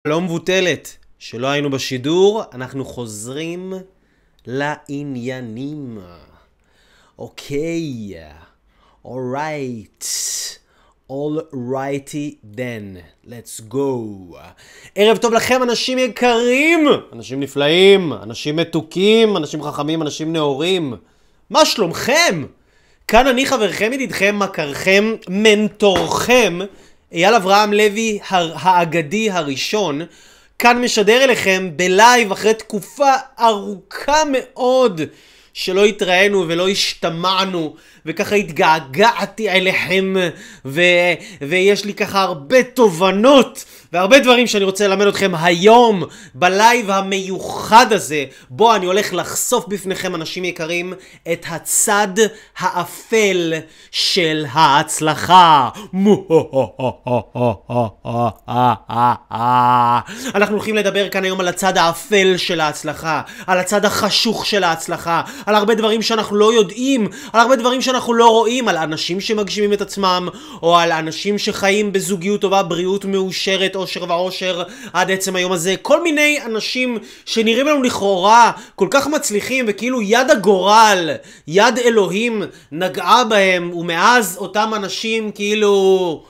לא מבוטלת. שלא היינו בשידור, אנחנו חוזרים לעניינים. אוקיי. alright. alrighty then. let's go. ערב טוב לכם אנשים יקרים, אנשים נפלאים, אנשים מתוקים, אנשים חכמים, אנשים נאורים. מה שלומכם? כאן אני חברכם, ידידכם, מכרכם, מנטורכם, אייל אברהם לוי האגדי הראשון, כאן משדר אליכם בלייב אחרי תקופה ארוכה מאוד שלא התראינו ולא השתמענו, וככה התגעגעתי אליכם, ויש לי ככה הרבה תובנות והרבה דברים שאני רוצה ללמד אתכם היום בלייב המיוחד הזה, בו אני הולך לחשוף בפניכם אנשים יקרים את הצד האפל של ההצלחה. אנחנו הולכים לדבר כאן היום על הצד האפל של ההצלחה, על הצד החשוך של ההצלחה, על הרבה דברים שאנחנו לא יודעים, על הרבה דברים שאנחנו לא רואים, על אנשים שמגשימים את עצמם, או על אנשים שחיים בזוגיות טובה, בריאות מאושרת, אושר ועושר עד עצם היום הזה. כל מיני אנשים שנראים לנו לכאורה כל כך מצליחים, וכאילו יד הגורל, יד אלוהים נגעה בהם, ומאז אותם אנשים כאילו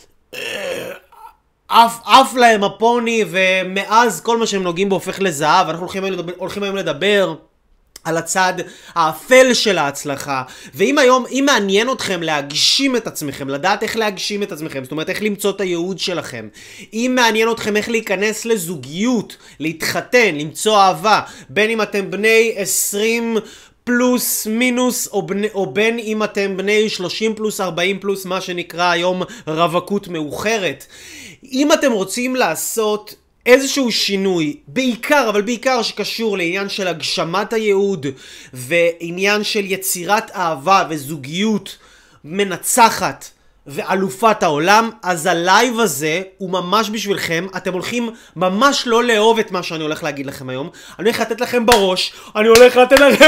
עף להם הפוני, ומאז כל מה שהם נוגעים בו הופך לזהב. אנחנו הולכים היום לדבר על הצד האפל של ההצלחה. אם מעניין אתכם להגשים את עצמכם, לדעת איך להגשים את עצמכם, זאת אומרת איך למצוא את הייעוד שלכם, אם מעניין אתכם איך להיכנס לזוגיות, להתחתן, למצוא אהבה, בין אם אתם בני 20 פלוס מינוס, או בין אם אתם בני 30 פלוס 40 פלוס, מה שנקרא היום רווקות מאוחרת, אם אתם רוצים לעשות איזשהו שינוי, אבל בעיקר שקשור לעניין של הגשמת הייעוד, ועניין של יצירת אהבה וזוגיות מנצחת ואלופת העולם, אז הלייב הזה הוא ממש בשבילכם. אתם הולכים ממש לא לאהוב את מה שאני הולך להגיד לכם היום. אני הולך לתת לכם בראש, אני הולך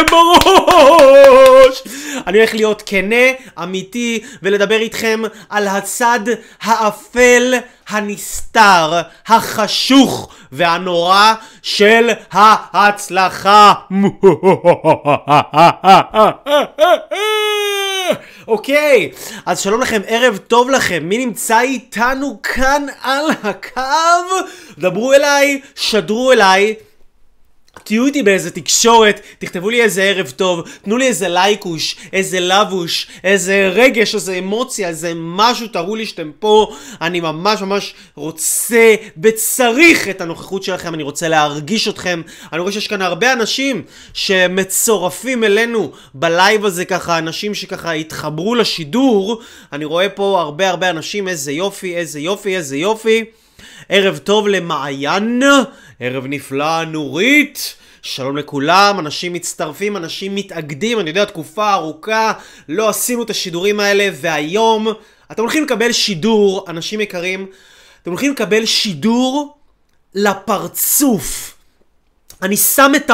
להיות כנה, אמיתי, ולדבר איתכם על הצד האפל, הנסתר, החשוך והנורא של ההצלחה. אוקיי, אז שלום לכם, ערב טוב לכם. מי נמצא איתנו כאן על הקו? דברו אליי, שדרו אליי, תהיו איתי באיזה תקשורת, תכתבו לי איזה ערב טוב, תנו לי איזה לייקוש, איזה לבוש, איזה רגש, איזה אמוציה, איזה משהו, תראו לי שאתם פה. אני ממש רוצה וצריך את הנוכחות שלכם, אני רוצה להרגיש אתכם. אני רואה שיש כאן הרבה אנשים שמצורפים אלינו בלייב הזה, ככה אנשים שככה התחברו לשידור. אני רואה פה הרבה אנשים, איזה יופי, איזה יופי, איזה יופי. ערב טוב למעיין, ערב נפלא נורית, שלום לכולם, אנשים מצטרפים, אנשים מתאגדים. אני יודע, תקופה ארוכה לא עשינו את השידורים האלה, והיום אתם הולכים לקבל שידור, אנשים יקרים, אתם הולכים לקבל שידור לפרצוף. אני שם את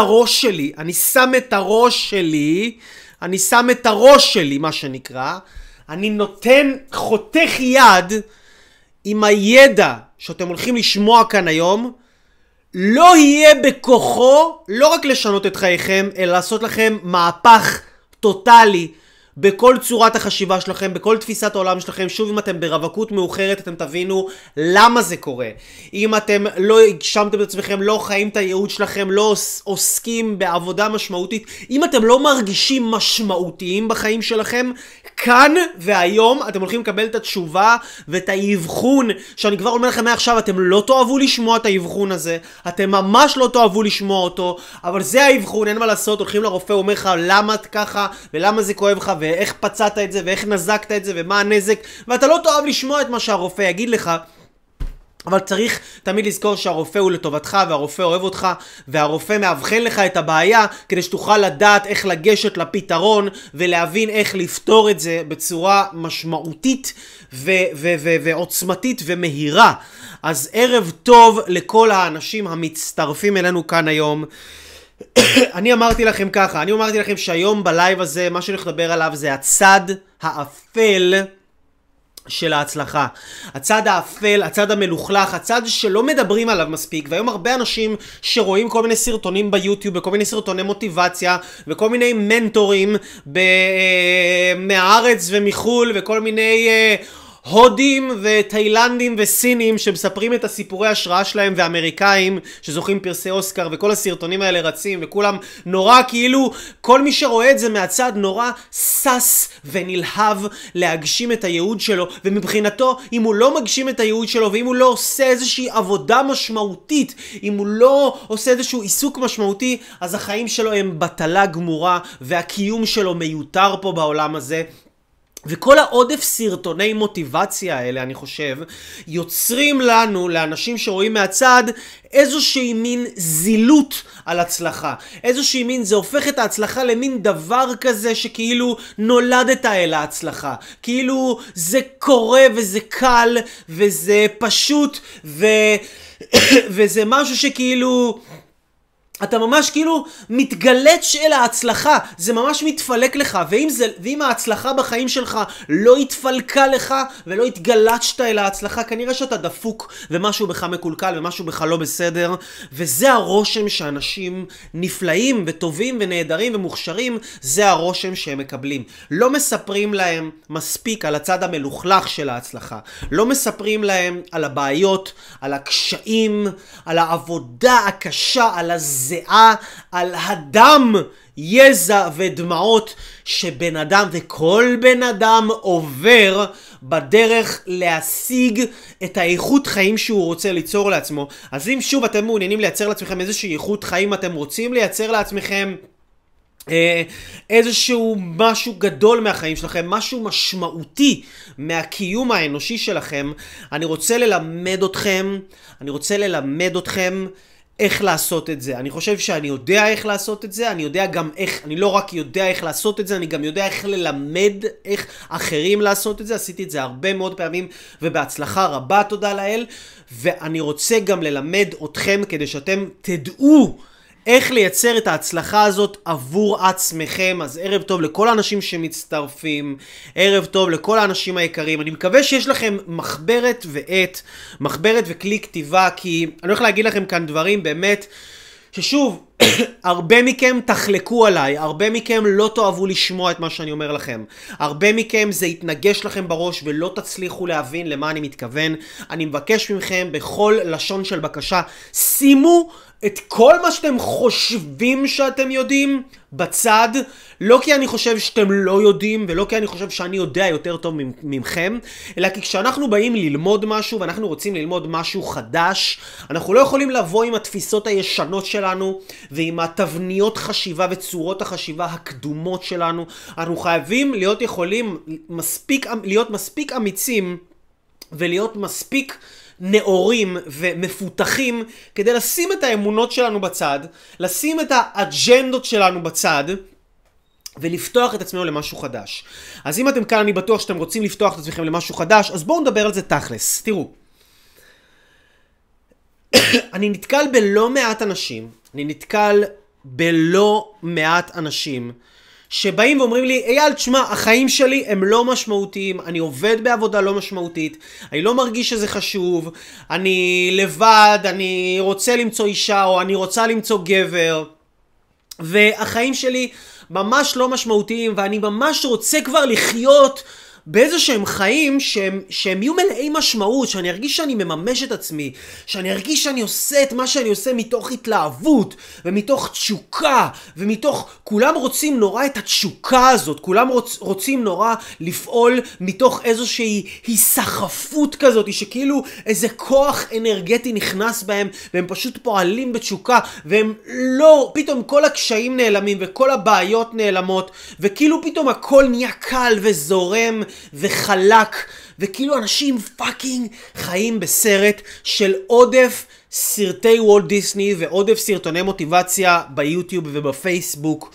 הראש שלי, מה שנקרא, אני נותן, חותך יד עם הידע שאתם הולכים לשמוע כאן היום. לא יהיה בכוחו לא רק לשנות את חייכם, אלא לעשות לכם מהפך טוטלי בכל צורת החשיבה שלכם, בכל תפיסת העולם שלכם. שוב, אם אתם ברווקות מאוחרת, אתם תבינו למה זה קורה. אם אתם לא הגשמתם את עצמכם, לא חיים את הייעוד שלכם, לא עוסקים בעבודה משמעותית, אם אתם לא מרגישים משמעותיים בחיים שלכם, כאן והיום אתם הולכים לקבל את התשובה ואת האבחון, שאני כבר אומר לכם מעכשיו, אתם לא תאהבו לשמוע את האבחון הזה, אתם ממש לא תאהבו לשמוע אותו, אבל זה האבחון, אין מה לעשות. הולכים לרופא, הוא אומר לך למה את ככה, ולמה זה כואב לך, ואיך פצעת את זה, ואיך נזקת את זה, ומה הנזק, ואתה לא תאהב לשמוע את מה שהרופא יגיד לך. אבל צריך תמיד לזכור שהרופא הוא לטובתך, והרופא אוהב אותך, והרופא מאבחן לך את הבעיה כדי שתוכל לדעת איך לגשת לפתרון, ולהבין איך לפתור את זה בצורה משמעותית ועוצמתית ומהירה. אז ערב טוב לכל האנשים המצטרפים אלינו כאן היום. אני אמרתי לכם ככה, אני אמרתי לכם שהיום בלייב הזה מה שאני הולך לדבר עליו זה הצד האפל של ההצלחה. הצד האפל, הצד המלוכלך, הצד שלא מדברים עליו מספיק, והיום הרבה אנשים שרואים כל מיני סרטונים ביוטיוב, וכל מיני סרטוני מוטיבציה, וכל מיני מנטורים מהארץ ומחול, וכל מיני הודים ותאילנדים וסינים שמספרים את הסיפורי השראה שלהם, ואמריקאים שזוכים פרסי אוסקר, וכל הסרטונים האלה רצים, וכולם נורא כאילו, כל מי שרואה את זה מהצד נורא סס ונלהב להגשים את הייעוד שלו, ומבחינתו אם הוא לא מגשים את הייעוד שלו, ואם הוא לא עושה איזושהי עבודה משמעותית, אם הוא לא עושה איזשהו עיסוק משמעותי, אז החיים שלו הם בטלה גמורה, והקיום שלו מיותר פה בעולם הזה. וכל העודף סרטוני מוטיבציה האלה, אני חושב, יוצרים לנו, לאנשים שרואים מהצד, איזושהי מין זילות על הצלחה. איזושהי מין, זה הופך את ההצלחה למין דבר כזה שכאילו נולדת אל ההצלחה. כאילו זה קורה וזה קל וזה פשוט וזה משהו שכאילו אתה ממש כאילו מתגלץ' אל ההצלחה, זה ממש מתפלק לך, ואם ההצלחה בחיים שלך לא התפלקה לך ולא התגלצ'ת אל ההצלחה, כנראה שאתה דפוק ומשהו בך מקולקל ומשהו בך לא בסדר, וזה הרושם שאנשים נפלאים וטובים ונהדרים ומוכשרים, זה הרושם שהם מקבלים. לא מספרים להם מספיק על הצד המלוכלך של ההצלחה, לא מספרים להם על הבעיות, על הקשיים, על העבודה הקשה, על זיעה, על הדם, יזע ודמעות שבן אדם וכל בן אדם עובר בדרך להשיג את האיכות חיים שהוא רוצה ליצור לעצמו. אז אם שוב אתם מעוניינים לייצר לעצמכם איזושהי איכות חיים, אתם רוצים לייצר לעצמכם איזשהו משהו גדול מהחיים שלכם, משהו משמעותי מהקיום האנושי שלכם, אני רוצה ללמד אתכם איך לעשות את זה. אני חושב שאני יודע איך לעשות את זה, אני יודע גם איך, אני לא רק יודע איך לעשות את זה, אני גם יודע איך ללמד, איך אחרים לעשות את זה. עשיתי את זה הרבה מאוד פעמים ובהצלחה רבה, תודה לאל, ואני רוצה גם ללמד אתכם כדי שאתם תדעו איך לייצר את ההצלחה הזאת עבור עצמכם. אז ערב טוב לכל האנשים שמצטרפים, ערב טוב לכל האנשים היקרים. אני מקווה שיש לכם מחברת וכלי כתיבה, כי אני הולך להגיד לכם כאן דברים באמת ששוב, הרבה מכם תחלקו עליי, הרבה מכם לא תאהבו לשמוע את מה שאני אומר לכם, הרבה מכם זה יתנגש לכם בראש ולא תצליחו להבין למה אני מתכוון. אני מבקש מכם בכל לשון של בקשה, שימו את כל מה שאתם חושבים שאתם יודעים בצד, לא כי אני חושב שאתם לא יודעים ולא כי אני חושב שאני יודע יותר טוב ממכם, אלא כי כשאנחנו באים ללמוד משהו ואנחנו רוצים ללמוד משהו חדש, אנחנו לא יכולים לבוא עם התפיסות הישנות שלנו ועם התבניות חשיבה וצורות החשיבה הקדומות שלנו. אנחנו חייבים להיות להיות מספיק אמיצים ולהיות מספיק נאורים ומפותחים כדי לשים את האמונות שלנו בצד, לשים את האג'נדות שלנו בצד ולפתוח את עצמנו למשהו חדש. אז אם אתם כאן, אני בטוח שאתם רוצים לפתוח את עצמכם למשהו חדש, אז בואו נדבר על זה תכלס. תראו, אני נתקל בלא מעט אנשים שבאים ואומרים לי, אייל, תשמע, החיים שלי הם לא משמעותיים, אני עובד בעבודה לא משמעותית, אני לא מרגיש שזה חשוב, אני לבד, אני רוצה למצוא אישה או אני רוצה למצוא גבר, והחיים שלי ממש לא משמעותיים, ואני ממש רוצה כבר לחיות באיזה שהם חיים שהם יהיו מלאי משמעות, שאני ארגיש שאני מממש את עצמי, שאני ארגיש שאני עושה את מה שאני עושה מתוך התלהבות ומתוך תשוקה כולם רוצים נורא את התשוקה הזאת, כולם רוצים נורא לפעול מתוך איזושהי היסחפות כזאת, שכאילו איזה כוח אנרגטי נכנס בהם והם פשוט פועלים בתשוקה, והם לא, פתאום כל הקשיים נעלמים וכל הבעיות נעלמות, וכאילו פתאום הכל נהיה קל וזורם וחלק, וכאילו אנשים פאקינג חיים בסרט של עודף סרטי וולט דיסני ועודף סרטוני מוטיבציה ביוטיוב ובפייסבוק,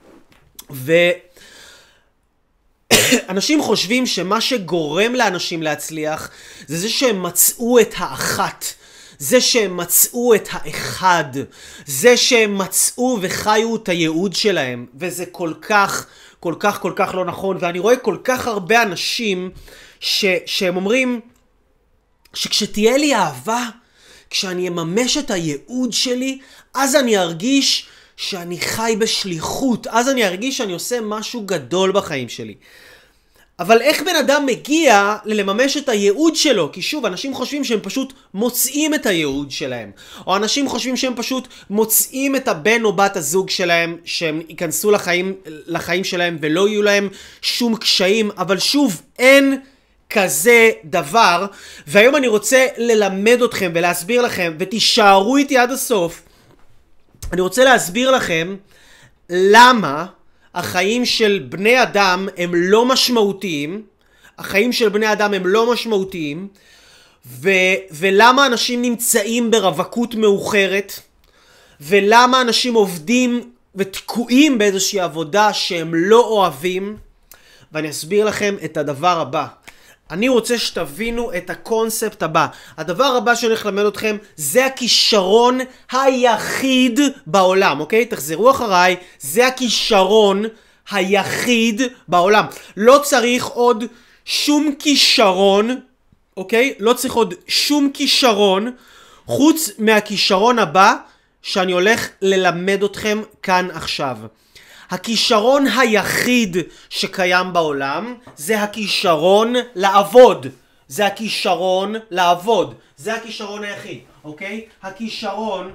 ואנשים חושבים שמה שגורם לאנשים להצליח זה שהם מצאו את האחת, זה שהם מצאו את האחד, זה שהם מצאו וחיו את הייעוד שלהם, וזה כל כך לא נכון. ואני רואה כל כך הרבה אנשים שהם אומרים שכשתהיה לי אהבה, כשאני אממש את הייעוד שלי, אז אני ארגיש שאני חי בשליחות, אז אני ארגיש שאני עושה משהו גדול בחיים שלי. אבל איך בן אדם מגיע לממש את הייעוד שלו? כי שוב, אנשים חושבים שהם פשוט מוצאים את הייעוד שלהם. או אנשים חושבים שהם פשוט מוצאים את הבן או בת הזוג שלהם, שהם ייכנסו לחיים שלהם ולא יהיו להם שום קשיים. אבל שוב, אין כזה דבר. והיום אני רוצה ללמד אתכם ולהסביר לכם, ותישארו איתי עד הסוף. אני רוצה להסביר לכם למה החיים של בני אדם הם לא משמעותיים, החיים של בני אדם הם לא משמעותיים, ולמה אנשים נמצאים ברווקות מאוחרת, ולמה אנשים עובדים ותקועים באיזושהי עבודה שהם לא אוהבים, ואני אסביר לכם את הדבר הבא. אני רוצה שתבינו את הקונספט הבא. הדבר הבא שאני הולך ללמד אתכם זה הכישרון היחיד בעולם, אוקיי? תחזרו אחריי, זה הכישרון היחיד בעולם. לא צריך עוד שום כישרון, אוקיי? לא צריך עוד שום כישרון חוץ מהכישרון הבא שאני הולך ללמד אתכם כאן עכשיו. הכישרון היחיד שקיים בעולם זה הכישרון לעבוד. זה הכישרון לעבוד. זה הכישרון היחיד, אוקיי? הכישרון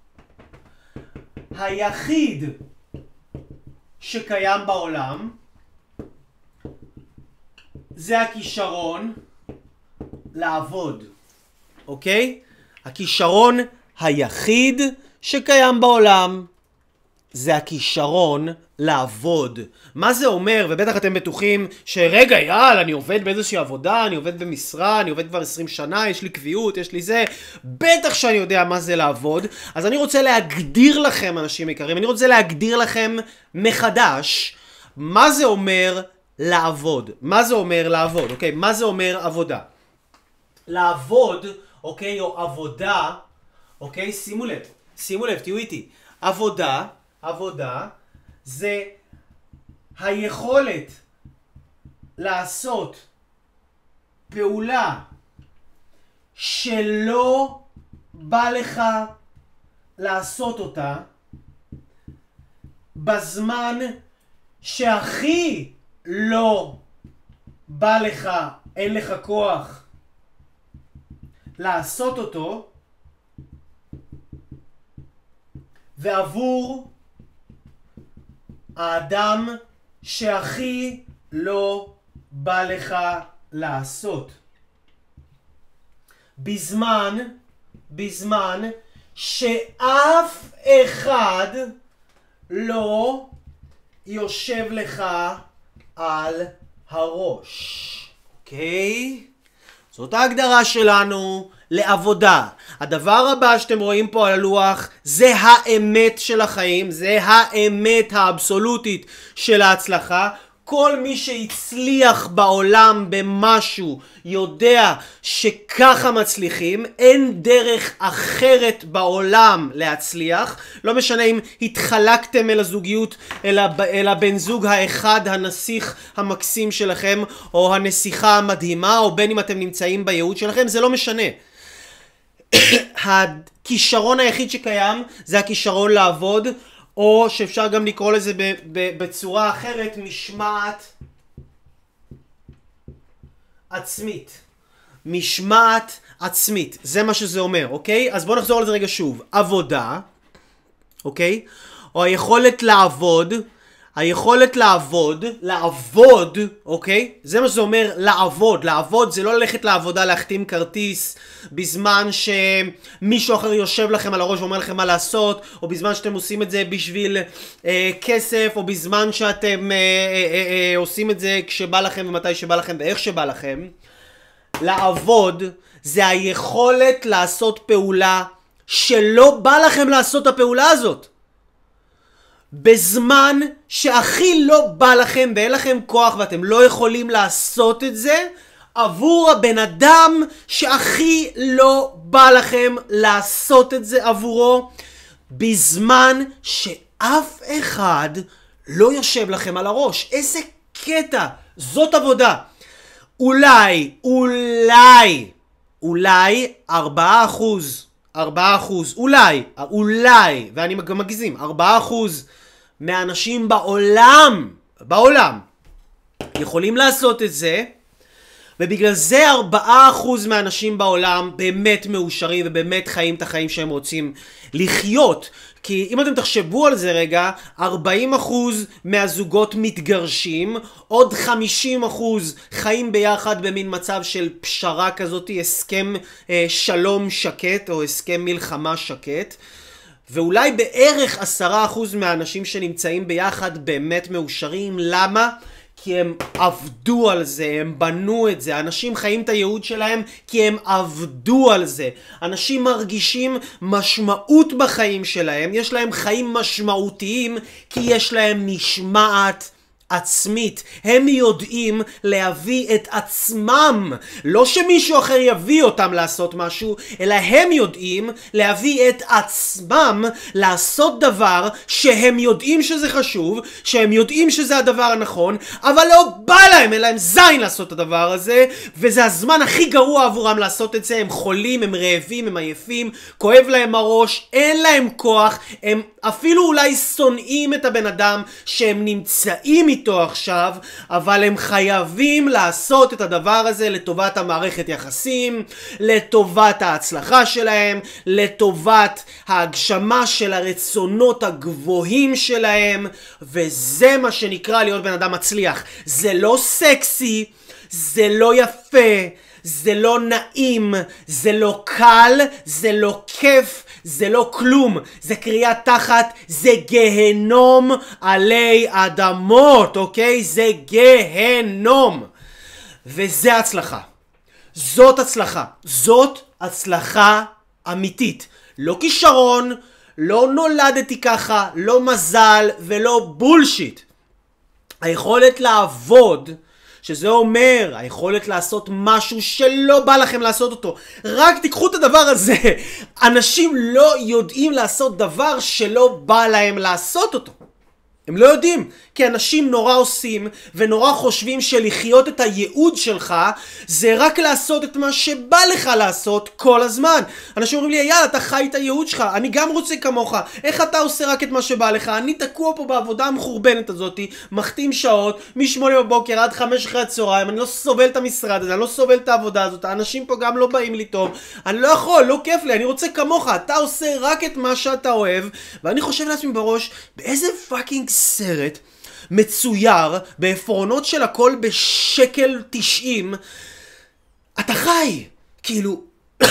היחיד שקיים בעולם זה הכישרון לעבוד, אוקיי? הכישרון היחיד שקיים בעולם זה הכישרון לעבוד. מה זה אומר? ובטח אתם בטוחים שרגע, יאללה, אני עובד באיזושהי עבודה, אני עובד במשרה, אני עובד כבר 20 שנה, יש לי קביעות, יש לי זה. בטח שאני יודע מה זה לעבוד. אז אני רוצה להגדיר לכם, אנשים יקרים, אני רוצה להגדיר לכם מחדש מה זה אומר לעבוד. מה זה אומר לעבוד, אוקיי? מה זה אומר עבודה? לעבוד, אוקיי, או עבודה, אוקיי? שימו לב, תהיו איתי. עבודה זה היכולת לעשות פעולה שלא בא לך לעשות אותה בזמן שהכי לא בא לך, אין לך כוח לעשות אותו, ועבור האדם שהכי לא בא לך לעשות. בזמן שאף אחד לא יושב לך על הראש. אוקיי? זאת ההגדרה שלנו לעבודה. הדבר הבא שאתם רואים פה על הלוח זה האמת של החיים, זה האמת האבסולוטית של ההצלחה. כל מי שהצליח בעולם במשהו יודע שככה מצליחים, אין דרך אחרת בעולם להצליח. לא משנה אם התחלקתם אל הזוגיות, אל הבן זוג האחד, הנסיך המקסים שלכם, או הנסיכה המדהימה, או בין אם אתם נמצאים בייעוד שלכם, זה לא משנה. הכישרון היחיד שקיים זה הכישרון לעבוד, או שאפשר גם לקרוא לזה בצורה אחרת, משמעת עצמית. משמעת עצמית, זה מה שזה אומר, אוקיי? אז בואו נחזור על זה רגע שוב. עבודה, אוקיי? או היכולת לעבוד, לעבוד, אוקיי? זה מה שזה אומר, לעבוד. לעבוד זה לא ללכת לעבודה, להחתים כרטיס, בזמן שמישהו אחר יושב לכם על הראש ואומר לכם מה לעשות, או בזמן שאתם עושים את זה בשביל כסף, או בזמן שאתם עושים את זה כשבא לכם ומתי שבא לכם ואיך שבא לכם. לעבוד זה היכולת לעשות פעולה שלא בא לכם לעשות את הפעולה הזאת. בזמן שהכי לא בא לכם ואין לכם כוח ואתם לא יכולים לעשות את זה, עבור הבן אדם שהכי לא בא לכם לעשות את זה עבורו, בזמן שאף אחד לא יושב לכם על הראש. איזה קטע, זאת עבודה. אולי 4%, אולי, ואני גם מגזים, 4% מהאנשים בעולם יכולים לעשות את זה, ובגלל זה 4% מהאנשים בעולם באמת מאושרים ובאמת חיים את החיים שהם רוצים לחיות. כי אם אתם תחשבו על זה רגע, 40% מהזוגות מתגרשים, עוד 50% חיים ביחד במין מצב של פשרה כזאת, הסכם שלום שקט או הסכם מלחמה שקט. ואולי בערך 10% מהאנשים שנמצאים ביחד באמת מאושרים. למה? כי הם עבדו על זה, הם בנו את זה. אנשים חיים את הייעוד שלהם כי הם עבדו על זה. אנשים מרגישים משמעות בחיים שלהם, יש להם חיים משמעותיים כי יש להם משמעת עצמית. הם יודעים להביא את עצמם, לא שמישהו אחר יביא אותם לעשות משהו, אלא הם יודעים להביא את עצמם לעשות דבר שהם יודעים שזה חשוב, שהם יודעים שזה הדבר הנכון, אבל לא בא להם, אין להם זין לעשות את הדבר הזה, וזה הזמן הכי גרוע עבורם לעשות את זה. הם חולים, הם רעבים, הם עייפים, כואב להם הראש, אין להם כוח, הם אפילו אולי שונאים את הבן אדם שהם נמצאים איתו עכשיו, אבל הם חייבים לעשות את הדבר הזה לטובת המערכת יחסים, לטובת ההצלחה שלהם, לטובת ההגשמה של הרצונות הגבוהים שלהם, וזה מה שנקרא להיות בן אדם מצליח. זה לא סקסי, זה לא יפה, זה לא נעים, זה לא קל, זה לא כיף, זה לא כלום, זה קריאת תחת, זה גהנום עלי אדמות, אוקיי? זה גהנום. וזה הצלחה. זאת הצלחה. זאת הצלחה אמיתית. לא כישרון, לא נולדתי ככה, לא מזל ולא בולשיט. היכולת לעבוד, שזה אומר היכולת לעשות משהו שלא בא לכם לעשות אותו. רק תיקחו את הדבר הזה. אנשים לא יודעים לעשות דבר שלא בא להם לעשות אותו. הם לא יודעים, כי אנשים נורא עושים ונורא חושבים שלחיות את הייעוד שלך זה רק לעשות את מה שבא לך לעשות כל הזמן. אנשים אומרים לי, יאללה, אתה חי את הייעוד שלך, אני גם רוצה כמוך, איך אתה עושה רק את מה שבא לך? אני תקוע פה בעבודה המחורבנת הזאת, מחתים שעות, מ8 בבוקר עד 5 אחרי הצהריים, אני לא סובל את המשרד הזה, אני לא סובל את העבודה הזאת, האנשים פה גם לא באים לי טוב, אני לא יכול, לא כיף לי, אני רוצה כמוך, אתה עושה רק את מה שאתה אוהב. ואני חושב לעצמי בראש, באיזה פאקינג סרט מצויר בעפרונות של הכל בשקל 90 אתה חי? כאילו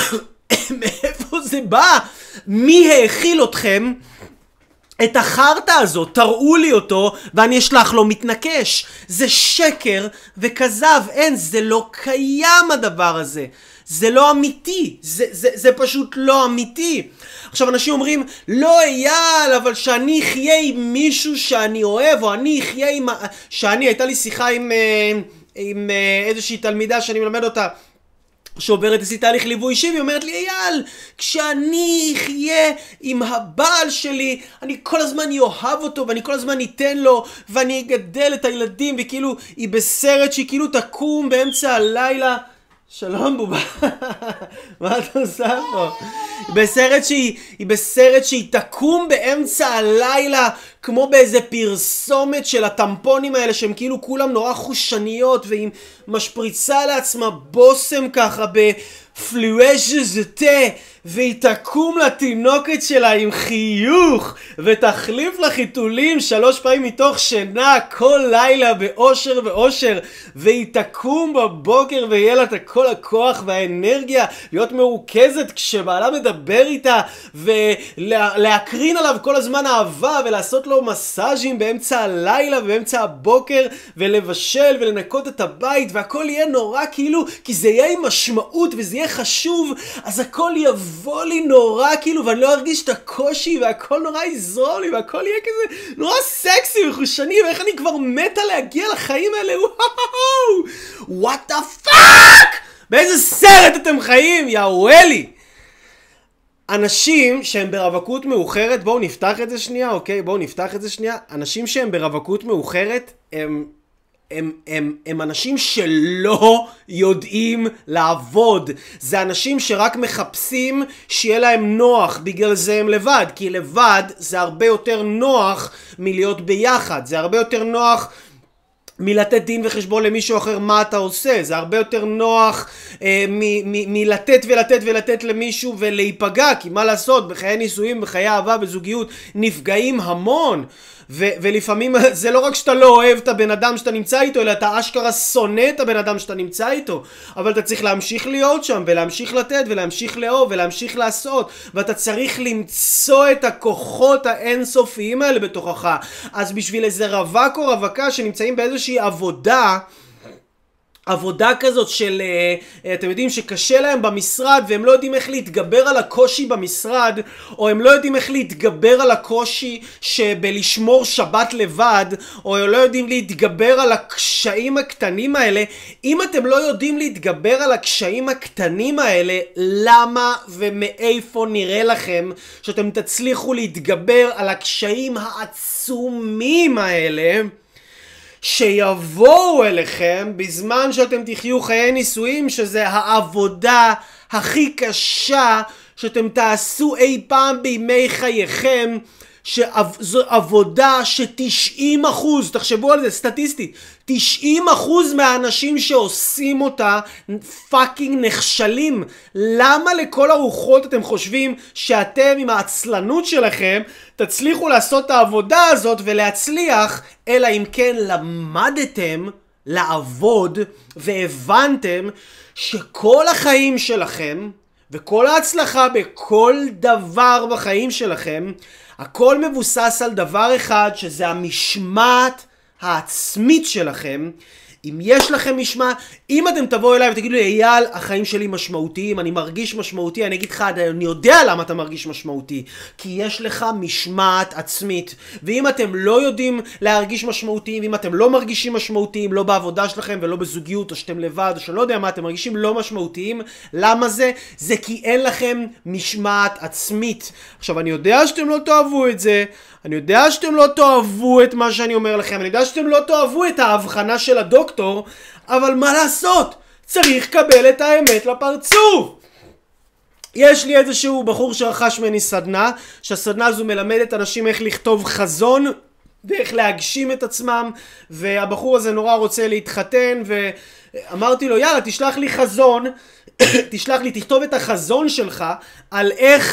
מאיפה זה בא? מי האכיל אתכם את החרטה הזאת? תראו לי אותו ואני אשלח לו מתנקש. זה שקר וכזב. אין, זה לא קיים הדבר הזה, זה לא אמיתי, זה פשוט לא אמיתי. עכשיו אנשים אומרים, לא אייל, אבל שאני אחיה עם מישהו שאני אוהב, או אני אחיה עם... הייתה לי שיחה עם איזושהי תלמידה שאני מלמד אותה, שעוברת איזי תהליך ליווי אישי, והיא אומרת לי, אייל, כשאני אחיה עם הבעל שלי, אני כל הזמן אוהב אותו, ואני כל הזמן אתן לו, ואני אגדל את הילדים, וכאילו, היא בסרט שהיא כאילו תקום באמצע הלילה. שלום בובה, מה אתה עושה פה? היא בסרט שהיא תקום באמצע הלילה כמו באיזה פרסומת של הטמפונים האלה שהם כאילו כולם נורא חושניות, והיא משפריצה לעצמה בוסם ככה בפלואז' זוטה, והיא תקום לתינוקת שלה עם חיוך ותחליף לחיתולים 3 פעמים מתוך שינה כל לילה באושר ואושר, והיא תקום בבוקר ויהיה לה את כל הכוח והאנרגיה להיות מרוכזת כשבעלה מדבר איתה, ולהקרין עליו כל הזמן אהבה ולעשות לו מסאז'ים באמצע הלילה ובאמצע הבוקר, ולבשל ולנקות את הבית, והכל יהיה נורא כאילו, כי זה יהיה עם משמעות וזה יהיה חשוב, אז הכל יבוא לי נורא כאילו, ואני לא ארגיש את הקושי, והכל נורא יזרום לי, והכל יהיה כזה נורא סקסי וחושני, ואיך אני כבר מתה להגיע לחיים האלה. וואו, what the fuck? באיזה סרט אתם חיים, יאוולי? אנשים שהם ברווקות מאוחרת, בואו נפתח את זה שנייה, אוקיי? בואו נפתח את זה שנייה. אנשים שהם ברווקות מאוחרת, הם הם אנשים שלא יודעים לעבוד. זה אנשים שרק מחפשים שיהיה להם נוח, בגלל זה הם לבד. כי לבד זה הרבה יותר נוח מלהיות ביחד. זה הרבה יותר נוח מלתת דין וחשבון למישהו אחר מה אתה עושה. זה הרבה יותר נוח מלתת ולתת ולתת למישהו ולהיפגע. כי מה לעשות, בחיי נישואים, בחיי אהבה וזוגיות נפגעים המון. ולפעמים זה לא רק שאתה לא אוהב את הבן אדם שאתה נמצא איתו, אלא אתה אשכרה שונא את הבן אדם שאתה נמצא איתו. אבל אתה צריך להמשיך להיות שם, ולהמשיך לתת, ולהמשיך לאהוב, ולהמשיך לעשות. ואתה צריך למצוא את הכוחות האינסופיים האלה בתוכך. אז בשביל איזה רווק או רווקה שנמצאים באיזושהי עבודה כזאת של, אתם יודעים שקשה להם במשרד והם לא יודעים איך להתגבר על הקושי במשרד, או הם לא יודעים איך להתגבר על הקושי שבלשמור שבת לבד, או הם לא יודעים להתגבר על הקשיים הקטנים האלה. אם אתם לא יודעים להתגבר על הקשיים הקטנים האלה, למה ומאיפה נראה לכם שאתם תצליחו להתגבר על הקשיים העצומים האלה שיבואו אליכם בזמן שאתם תחיו חיי נישואים, שזה העבודה הכי קשה שאתם תעשו אי פעם בימי חייכם, שזו עבודה ש90%, תחשבו על זה סטטיסטית, 90% מהאנשים שעושים אותה פאקינג נכשלים. למה לכל הרוחות אתם חושבים שאתם עם העצלנות שלכם תצליחו לעשות את העבודה הזאת ולהצליח, אלא אם כן למדתם לעבוד והבנתם שכל החיים שלכם וכל ההצלחה בכל דבר בחיים שלכם, הכל מבוסס על דבר אחד, שזה המשמעת העצמית שלכם. אם יש לכם משמעת, אם אתם תבואו אליי ותגידו לי, אייל, החיים שלי משמעותיים, אני מרגיש משמעותי, אני אגיד לך, אני יודע למה אתה מרגיש משמעותי, כי יש לך משמעת עצמית. ואם אתם לא יודעים להרגיש משמעותיים, אם אתם לא מרגישים משמעותיים, לא בעבודה שלכם ולא בזוגיות, או שאתם לבד, או שלא יודע מה, אתם מרגישים לא משמעותיים, למה זה? זה כי אין לכם משמעת עצמית. עכשיו, אני יודע שאתם לא תאהבו את זה, אני יודע שאתם לא תאהבו את מה שאני אומר לכם, אני יודע שאתם לא תאהבו את ההבחנה של הדוקטור, אבל מה לעשות? צריך לקבל את האמת לפרצוף. יש לי איזשהו בחור שרכש ממני סדנה, שהסדנה הזו מלמדת אנשים איך לכתוב חזון ואיך להגשים את עצמם, והבחור הזה נורא רוצה להתחתן, ואמרתי לו, יאללה, תשלח לי חזון, תכתוב את החזון שלך על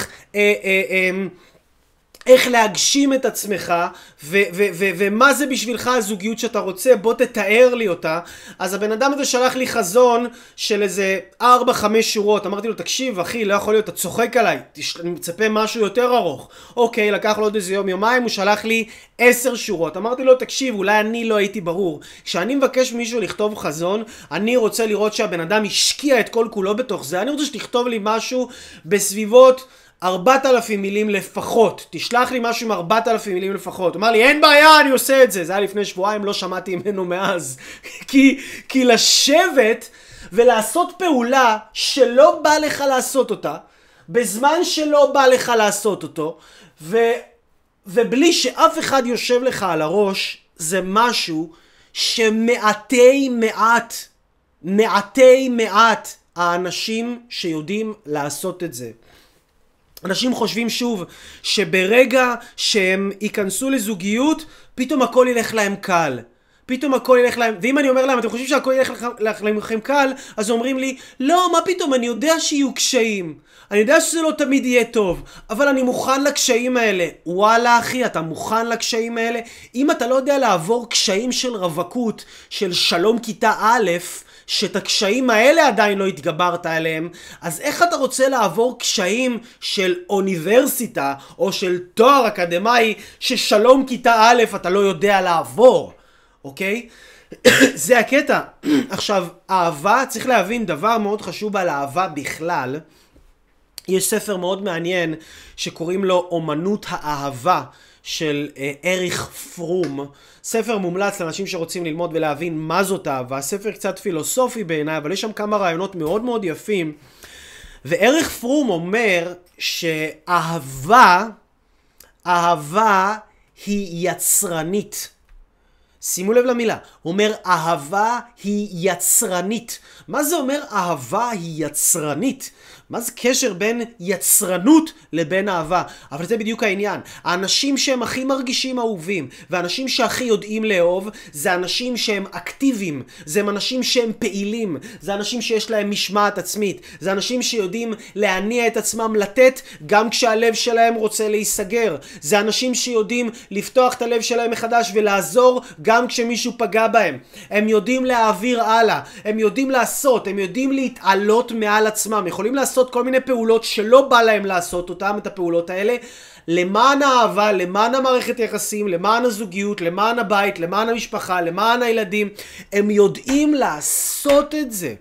איך להגשים את עצמך, ומה זה בשבילך הזוגיות שאתה רוצה, בוא תתאר לי אותה. אז הבן אדם הזה שלח לי חזון של איזה 4-5 שורות. אמרתי לו, תקשיב אחי, לא יכול להיות, אתה צוחק עליי, אני מצפה משהו יותר ארוך. אוקיי, לקח לו עוד איזה יום-יומיים, הוא שלח לי 10 שורות. אמרתי לו, תקשיב, אולי אני לא הייתי ברור. כשאני מבקש מישהו לכתוב חזון, אני רוצה לראות שהבן אדם השקיע את כל כולו בתוך זה. אני רוצה שתכתוב לי משהו בסביבות 4,000 מילים לפחות. תשלח לי משהו עם 4,000 מילים לפחות. אמר לי, אין בעיה, אני עושה את זה. זה היה לפני שבועיים, לא שמעתי ממנו מאז. כי לשבת ולעשות פעולה שלא בא לך לעשות אותה, בזמן שלא בא לך לעשות אותו, ובלי שאף אחד יושב לך על הראש, זה משהו שמעטי מעט האנשים שיודעים לעשות את זה. אנשים חושבים שוב שברגע שהם ייכנסו לזוגיות, פתאום הכל ילך להם קל. פתאום הכל ילך להם, ואם אני אומר להם, אתם חושבים שהכל ילך לכם קל, אז אומרים לי, לא, מה פתאום, אני יודע שיהיו קשיים. אני יודע שזה לא תמיד יהיה טוב, אבל אני מוכן לקשיים האלה. וואלה אחי, אתה מוכן לקשיים האלה? אם אתה לא יודע לעבור קשיים של רווקות, של שלום כיתה א', שאת הקשיים האלה עדיין לא התגברת עליהם, אז איך אתה רוצה לעבור קשיים של אוניברסיטה או של תואר אקדמאי ששלום כיתה א' אתה לא יודע לעבור, אוקיי? זה הקטע. עכשיו, אהבה, צריך להבין דבר מאוד חשוב על אהבה בכלל. יש ספר מאוד מעניין שקוראים לו אומנות האהבה של אריך פרום. ספר מומלץ לאנשים שרוצים ללמוד ולהבין מה זאת אהבה. ספר קצת פילוסופי בעיניי, אבל יש שם כמה רעיונות מאוד מאוד יפים. ואריך פרום אומר שאהבה היא יצרנית. שימו לב למילה, הוא אומר אהבה היא יצרנית. מה זה אומר אהבה היא יצרנית? מה זה קשר בין יצרנות לבין אהבה? אבל זה בדיוק העניין. האנשים שהם הכי מרגישים אהובים, והאנשים שהכי יודעים לאהוב, זה אנשים שהם אקטיביים, זה אנשים שהם פעילים, זה אנשים שיש להם משמעת עצמית, זה אנשים שיודעים להניע את עצמם לתת גם כשהלב שלהם רוצה להיסגר, זה אנשים שיודעים לפתוח את הלב שלהם מחדש ולעזור גם כשמישהו פגע בהם. הם יודעים להעביר הלאה, הם יודעים לעשות, הם יודעים להתעלות מעל עצמם, יכולים לעשות כל מיני פעולות שלא בא להם לעשות אותם, את הפעולות האלה, למען האהבה, למען המערכת יחסים, למען הזוגיות, למען הבית, למען המשפחה, למען הילדים. הם יודעים לעשות את זה.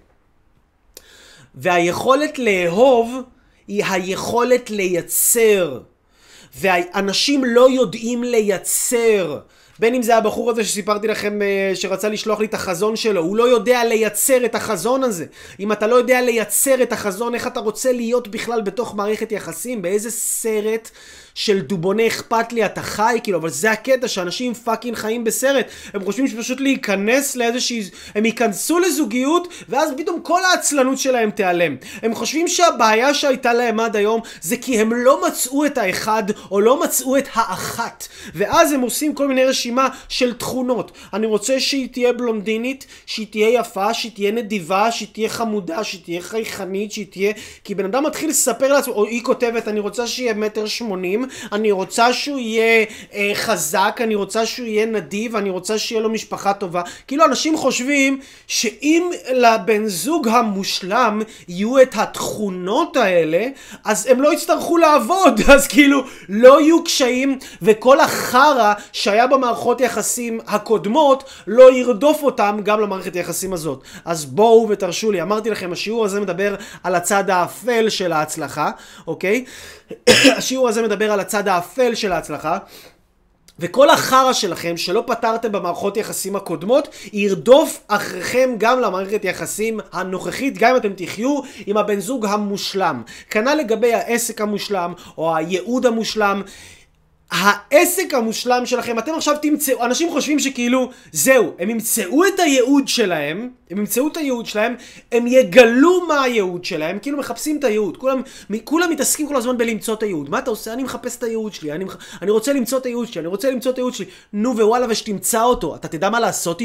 והיכולת לאהוב היא היכולת לייצר. ואנשים לא יודעים לייצר. בין אם זה הבחור הזה שסיפרתי לכם שרצה לשלוח לי את החזון שלו, הוא לא יודע לייצר את החזון הזה. אם אתה לא יודע לייצר את החזון, איך אתה רוצה להיות בכלל בתוך מערכת יחסים? באיזה סרט של דובוני אכפת לי אתה חי? כאילו, אבל זה הקטע שאנשים פאקינג חיים בסרט. הם חושבים שפשוט להיכנס לאיזושהי, הם ייכנסו לזוגיות ואז פתאום כל העצלנות שלהם תיעלם. הם חושבים שהבעיה שהייתה להם עד היום זה כי הם לא מצאו את האחד או לא מצאו את האחת, ואז הם עושים כל מיני רשימה של תכונות. אני רוצה שהיא תהיה בלונדינית, שהיא תהיה יפה, שהיא תהיה נדיבה, שהיא תהיה חמודה, שהיא תהיה חייכנית, שהיא תהיה... כי בן אדם מתחיל לספר לעצמו, או היא כותבת, אני רוצה שיהיה 1.80 מטר, אני רוצה שהוא יהיה חזק, אני רוצה שהוא יהיה נדיב, אני רוצה שיהיה לו משפחה טובה. כאילו אנשים חושבים שאם לבן זוג המושלם יהיו את התכונות האלה, אז הם לא יצטרכו לעבוד, אז כאילו לא יהיו קשיים, וכל החרה שהיה במערכות יחסים הקודמות לא ירדוף אותם גם למערכת יחסים הזאת. אז בואו ותרשו לי, אמרתי לכם, השיעור הזה מדבר על הצד האפל של ההצלחה, אוקיי? השיעור הזה מדבר על הצד האפל של ההצלחה, וכל החרה שלכם שלא פתרתם במערכות יחסים הקודמות ירדוף אחריכם גם למערכת יחסים הנוכחית, גם אם אתם תחיו עם הבן זוג המושלם. כנ"ל לגבי העסק המושלם או הייעוד המושלם. העסק המושלם שלכם, אתם עכשיו תמצאו, אנשים חושבים שכאילו זהו, הם ימצאו את הייעוד שלהם, הם יגלו מה הייעוד שלהם, כאילו מחפשים את הייעוד, כולם מתעסקים כל הזמן בלמצוא את הייעוד. מה אתה עושה? אני מחפש את הייעוד שלי, אני רוצה למצוא את הייעוד שלי, נו ווואלה, ושתמצא אותו, אתה תדע מה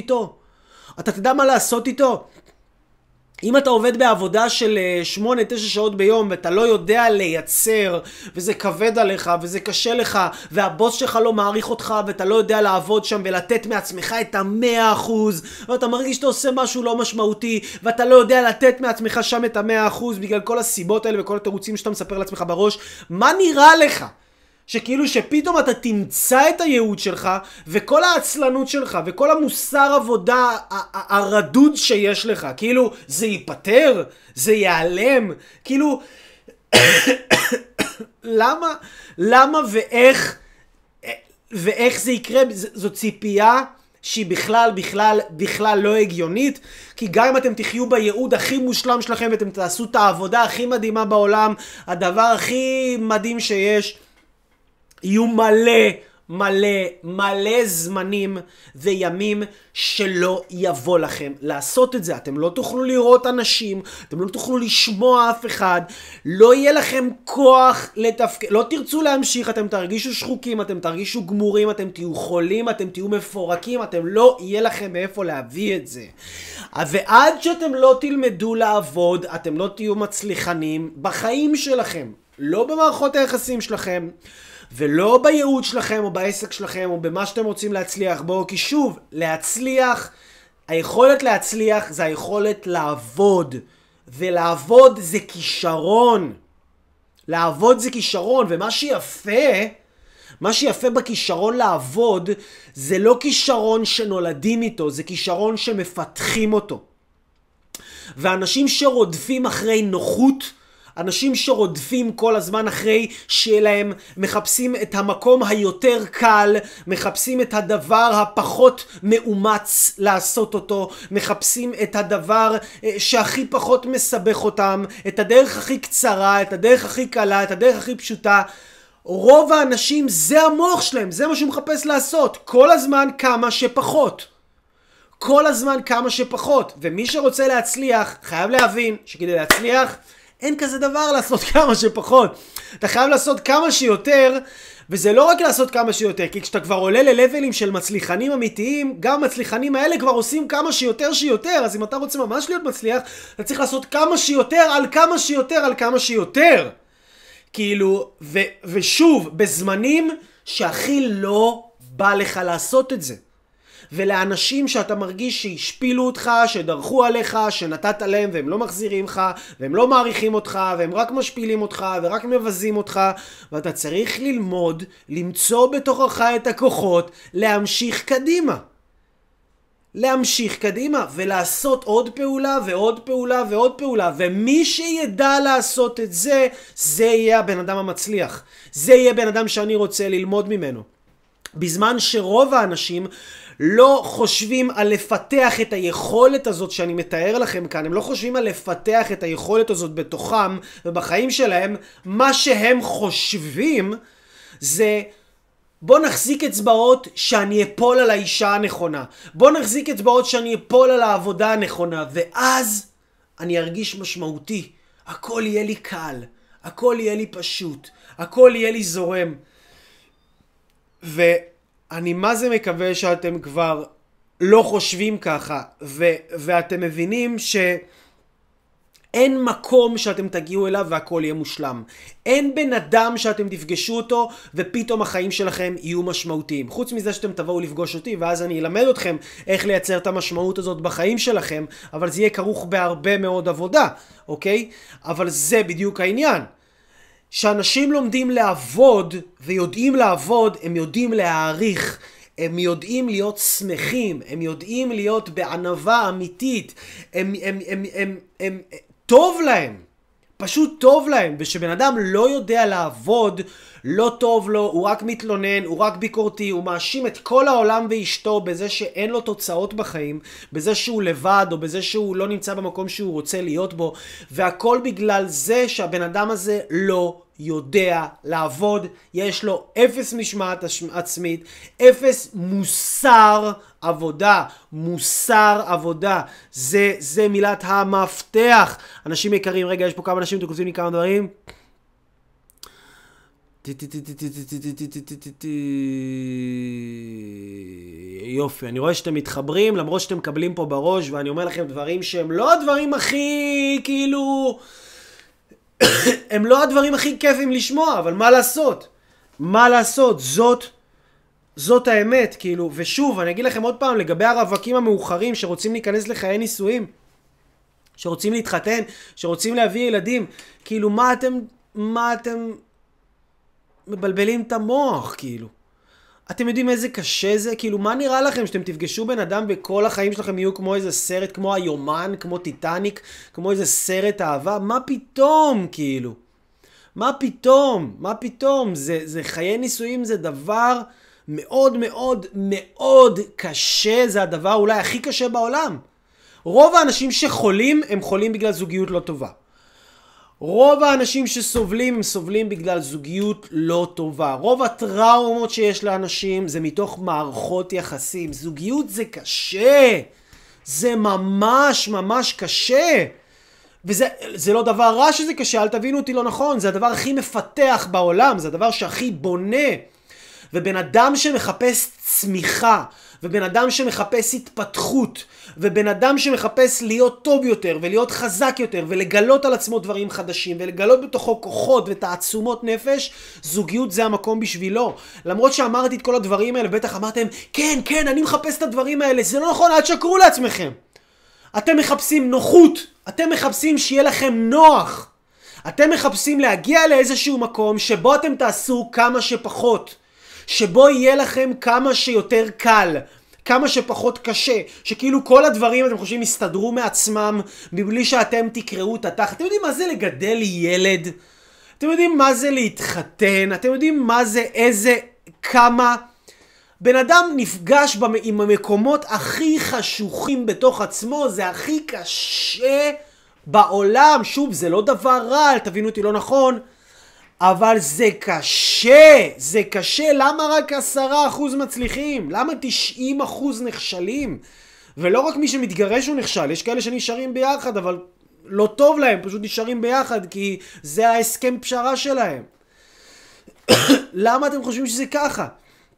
לעשות איתו? אם אתה עובד בעבודה של 8-9 שעות ביום ואתה לא יודע לייצר וזה כבד עליך וזה קשה לך והבוס שלך לא מעריך אותך ואתה לא יודע לעבוד שם ולתת מעצמך את 100% ואתה מרגיש שאתה עושה משהו לא משמעותי ואתה לא יודע לתת מעצמך שם את 100% בגלל כל הסיבות האלה וכל התירוצים שאתה מספר לעצמך בראש, מה נראה לך? שכאילו שפתאום אתה תמצא את הייעוד שלך וכל העצלנות שלך וכל המוסר עבודה הרדוד שיש לך, כאילו זה ייפטר, זה ייעלם, כאילו למה ואיך זה יקרה? זו ציפייה שהיא בכלל לא הגיונית, כי גם אם אתם תחיו בייעוד הכי מושלם שלכם ואתם תעשו את העבודה הכי מדהימה בעולם, הדבר הכי מדהים שיש, יהיו מלא זמנים וימים שלא יבוא לכם לעשות את זה. אתם לא תוכלו לראות אנשים, אתם לא תוכלו לשמוע אף אחד, לא יהיה לכם כוח לתפקד, לא תרצו להמשיך, אתם תרגישו שחוקים, אתם תרגישו גמורים, אתם תהיו חולים, אתם תהיו מפורקים, אתם לא יהיה לכם מאיפה להביא את זה. ועד שאתם לא תלמדו לעבוד, אתם לא תהיו מצליחנים בחיים שלכם, לא במערכות היחסים שלכם, ולא בייעוד שלכם או בעסק שלכם או במה שאתם רוצים להצליח בו. כי שוב, היכולת להצליח זה היכולת לעבוד, ולעבוד זה כישרון. ומה שיפה בכישרון לעבוד זה לא כישרון שנולדים איתו, זה כישרון שמפתחים אותו. ואנשים שרודפים אחרי נוחות, אנשים שרודפים כל הזמן אחרי שלהם, מחפשים את המקום היותר קל, מחפשים את הדבר הפחות מאומץ לעשות אותו, מחפשים את הדבר שהכי פחות מסבך אותם, את הדרך הכי קצרה, את הדרך הכי קלה, את הדרך הכי פשוטה. רוב האנשים זה המוח שלהם, זה מה שהוא מחפש לעשות. כל הזמן כמה שפחות. כל הזמן כמה שפחות. ומי שרוצה להצליח, חייב להבין שכדי להצליח, אין כזה דבר לעשות כמה שפחות. אתה חייב לעשות כמה שיותר, וזה לא רק לעשות כמה שיותר, כי כשאתה כבר עולה ללבלים של מצליחנים אמיתיים, גם המצליחנים האלה כבר עושים כמה שיותר, אז אם אתה רוצה ממש להיות מצליח, אתה צריך לעשות כמה שיותר על כמה שיותר על כמה שיותר. כאילו, ושוב, בזמנים שהכי לא בא לך לעשות את זה. ולאנשים שאתה מרגיש שהשפילו אותך, שדרכו עליך, שנתת להם והם לא מחזירים לך, והם לא מעריכים אותך, והם רק משפילים אותך, ורק מבזים אותך, ואתה צריך ללמוד, למצוא בתוכך את הכוחות, להמשיך קדימה. להמשיך קדימה, ולעשות עוד פעולה, ועוד פעולה, ועוד פעולה, ומי שידע לעשות את זה, זה יהיה הבן אדם המצליח. זה יהיה בן אדם שאני רוצה ללמוד ממנו. בזמן שרוב האנשים לא חושבים על לפתח את היכולת הזאת שאני מתאר לכם כאן, הם לא חושבים על לפתח את היכולת הזאת בתוכם ובחיים שלהם, מה שהם חושבים זה בוא נחזיק אצבעות שאני אפול על האישה הנכונה, בוא נחזיק אצבעות שאני אפול על העבודה הנכונה, ואז אני ארגיש משמעותי, הכל יהיה לי קל, הכל יהיה לי פשוט, הכל יהיה לי זורם. ואני מה זה מקווה שאתם כבר לא חושבים ככה, ואתם מבינים שאין מקום שאתם תגיעו אליו והכל יהיה מושלם. אין בן אדם שאתם תפגשו אותו ופתאום החיים שלכם יהיו משמעותיים. חוץ מזה שאתם תבואו לפגוש אותי ואז אני אלמד אתכם איך לייצר את המשמעות הזאת בחיים שלכם, אבל זה יהיה כרוך בהרבה מאוד עבודה, אוקיי? אבל זה בדיוק העניין. שאנשים לומדים לעבוד ויודעים לעבוד, הם יודעים להעריך, הם יודעים להיות שמחים, הם יודעים להיות בענווה אמיתית, הם טוב להם, פשוט טוב להם. ושבן אדם לא יודע לעבוד, לא טוב לו, הוא רק מתלונן, הוא רק ביקורתי, הוא מאשים את כל העולם ואשתו בזה שאין לו תוצאות בחיים, בזה שהוא לבד או בזה שהוא לא נמצא במקום שהוא רוצה להיות בו, והכל בגלל זה שהבן אדם הזה לא יודע לעבוד, יש לו אפס משמעת עצמית, אפס מוסר עבודה, מוסר עבודה, זה מילת המפתח. אנשים יקרים, רגע, יש פה כמה אנשים, אתם כותבים לי כמה דברים. יופי, אני רואה שאתם מתחברים, למרות שאתם מקבלים פה בראש, ואני אומר לכם דברים שהם לא הדברים הכי, כאילו, הם לא הדברים הכי כיפים לשמוע, אבל מה לעשות? מה לעשות? זאת האמת, כאילו. ושוב, אני אגיד לכם עוד פעם, לגבי הרווקים המאוחרים שרוצים להיכנס לחיי נישואים, שרוצים להתחתן, שרוצים להביא ילדים, כאילו, מה אתם מבלבלים את המוח, כאילו? אתם יודעים איזה קשה זה? כאילו, מה נראה לכם שאתם תפגשו בן אדם בכל החיים שלכם יהיו כמו איזה סרט, כמו היומן, כמו טיטניק, כמו איזה סרט אהבה? מה פתאום, כאילו? מה פתאום? מה פתאום? זה חיי נישואים, זה דבר מאוד מאוד מאוד קשה, זה הדבר אולי הכי קשה בעולם. רוב האנשים שחולים, הם חולים בגלל זוגיות לא טובה. רוב האנשים שסובלים, הם סובלים בגלל זוגיות לא טובה. רוב הטראומות שיש לאנשים זה מתוך מערכות יחסים. זוגיות זה קשה. זה ממש ממש קשה. וזה לא דבר רע שזה קשה, אל תבינו אותי לא נכון. זה הדבר הכי מפתח בעולם, זה הדבר שהכי בונה. ובן אדם שמחפש צמיחה, ובן אדם שמחפש התפתחות, ובן אדם שמחפש להיות טוב יותר, ולהיות חזק יותר, ולגלות על עצמו דברים חדשים, ולגלות בתוכו כוחות ותעצומות נפש, זוגיות זה המקום בשבילו. למרות שאמרתי את כל הדברים האלה, בטח אמרתם, כן, כן, אני מחפש את הדברים האלה. זה לא נכון, אל תשקרו לעצמכם. אתם מחפשים נוחות, אתם מחפשים שיהיה לכם נוח. אתם מחפשים להגיע לאיזשהו מקום שבו אתם תעשו כמה שפחות. שבו יהיה לכם כמה שיותר קל, כמה שפחות קשה, שכאילו כל הדברים אתם חושבים יסתדרו מעצמם, מבלי שאתם תקראו את התחת. אתם יודעים מה זה לגדל ילד? אתם יודעים מה זה להתחתן? אתם יודעים מה זה, כמה בן אדם נפגש עם המקומות הכי חשוכים בתוך עצמו, זה הכי קשה בעולם. שוב, זה לא דבר רע, תבינו אותי לא נכון, אבל זה קשה, זה קשה. למה רק 10% מצליחים? למה 90% נכשלים? ולא רק מי שמתגרש הוא נכשל, יש כאלה שנשארים ביחד, אבל לא טוב להם, פשוט נשארים ביחד, כי זה ההסכם פשרה שלהם. למה אתם חושבים שזה ככה?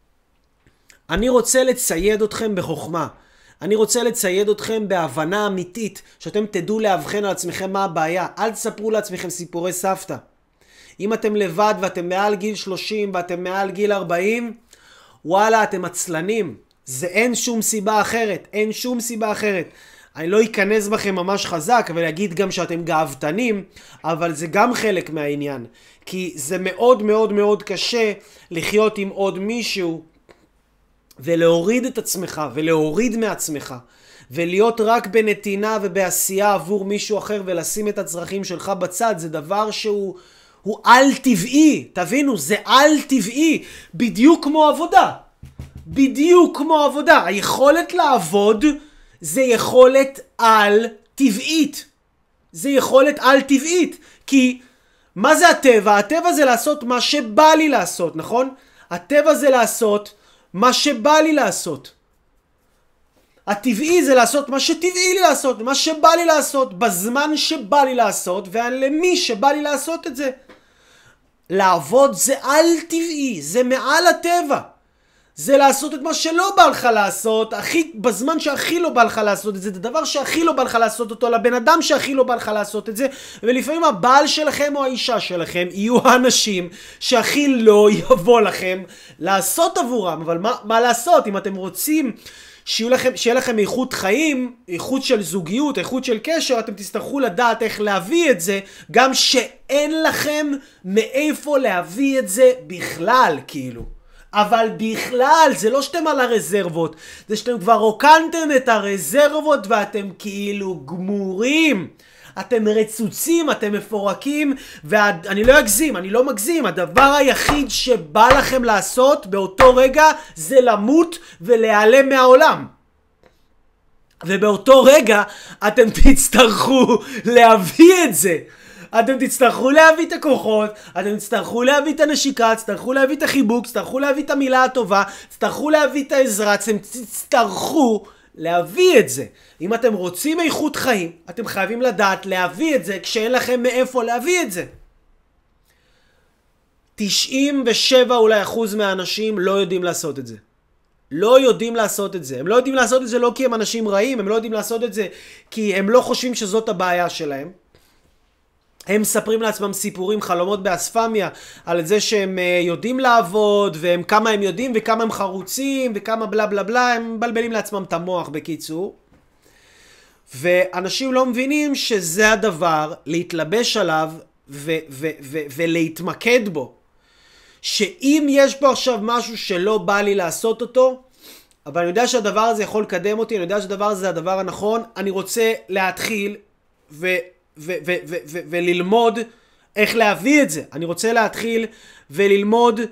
אני רוצה לצייד אתכם בחוכמה. אני רוצה לצייד אתכם בהבנה אמיתית, שאתם תדעו להבחן על עצמכם מה הבעיה. אל תספרו לעצמכם סיפורי סבתא. אם אתם לבד ואתם מעל גיל 30 ואתם מעל גיל 40, וואלה, אתם עצלנים. זה אין שום סיבה אחרת. אין שום סיבה אחרת. אני לא אכנס בכם ממש חזק ולהגיד גם שאתם גאוותנים, אבל זה גם חלק מהעניין. כי זה מאוד מאוד מאוד קשה לחיות עם עוד מישהו ולהוריד את עצמך ולהוריד מעצמך ולהיות רק בנתינה ובעשייה עבור מישהו אחר ולשים את הצרכים שלך בצד. זה דבר שהוא על טבעי. תבינו, זה על טבעי. בדיוק כמו עבודה. בדיוק כמו עבודה. היכולת לעבוד זה יכולת על טבעית. זה יכולת על טבעית. כי מה זה הטבע? הטבע זה לעשות מה שבא לי לעשות, נכון? הטבע זה לעשות מה שבא לי לעשות. הטבעי זה לעשות מה שטבעי לי לעשות, מה שבא לי לעשות, בזמן שבא לי לעשות, ולמי שבא לי לעשות את זה. לעבוד זה על טבעי, זה מעל הטבע. זה לעשות את מה שלא בא לך לעשות, בזמן שהכי לא בא לך לעשות את זה, זה דבר שהכי לא בא לך לעשות אותו, לבן אדם שהכי לא בא לך לעשות את זה, ולפעמים הבעל שלכם או האישה שלכם יהיו האנשים שהכי לא יבוא לכם לעשות עבורם. אבל מה לעשות? אם אתם רוצים שיהיה לכם איכות חיים, איכות של זוגיות, איכות של קשר, אתם תצטרכו לדעת איך להביא את זה, גם שאין לכם מאיפה להביא את זה בכלל, כאילו. אבל בכלל, זה לא שאתם על הרזרבות, זה שאתם כבר רוקנתם את הרזרבות ואתם כאילו גמורים. אתם רצוצים, אתם מפורקים, ואני לא אגזים, אני לא מגזים. הדבר היחיד שבא לכם לעשות באותו רגע זה למות ולהיעלם מהעולם. ובאותו רגע אתם תצטרכו להביא את זה. אתם תצטרכו להביא את הכוחות, אתם תצטרכו להביא את הנשיקה, תצטרכו להביא את החיבוק, תצטרכו להביא את המילה הטובה, תצטרכו להביא את העזרה, אתם תצטרכו להביא את זה. אם אתם רוצים איכות חיים, אתם חייבים לדעת להביא את זה כשאין לכם מאיפה להביא את זה. 97 אולי אחוז מהאנשים לא יודעים לעשות את זה. לא יודעים לעשות את זה. הם לא יודעים לעשות את זה לא כי הם אנשים רעים, הם לא יודעים לעשות את זה כי הם לא חושבים שזאת הבעיה שלהם. הם מספרים לעצמם סיפורים, חלומות באספמיה, על זה שהם יודעים לעבוד, והם כמה הם יודעים וכמה הם חרוצים וכמה בלה בלה בלה, הם מבלבלים לעצמם את המוח בקיצור. ואנשים לא מבינים שזה הדבר, להתלבש עליו ולהתמקד בו. שאם יש פה עכשיו משהו שלא בא לי לעשות אותו, אבל אני יודע שהדבר הזה יכול לקדם אותי, אני יודע שהדבר הזה זה הדבר הנכון, אני רוצה להתחיל וללמוד איך להביא את זה. אני רוצה להתחיל וללמוד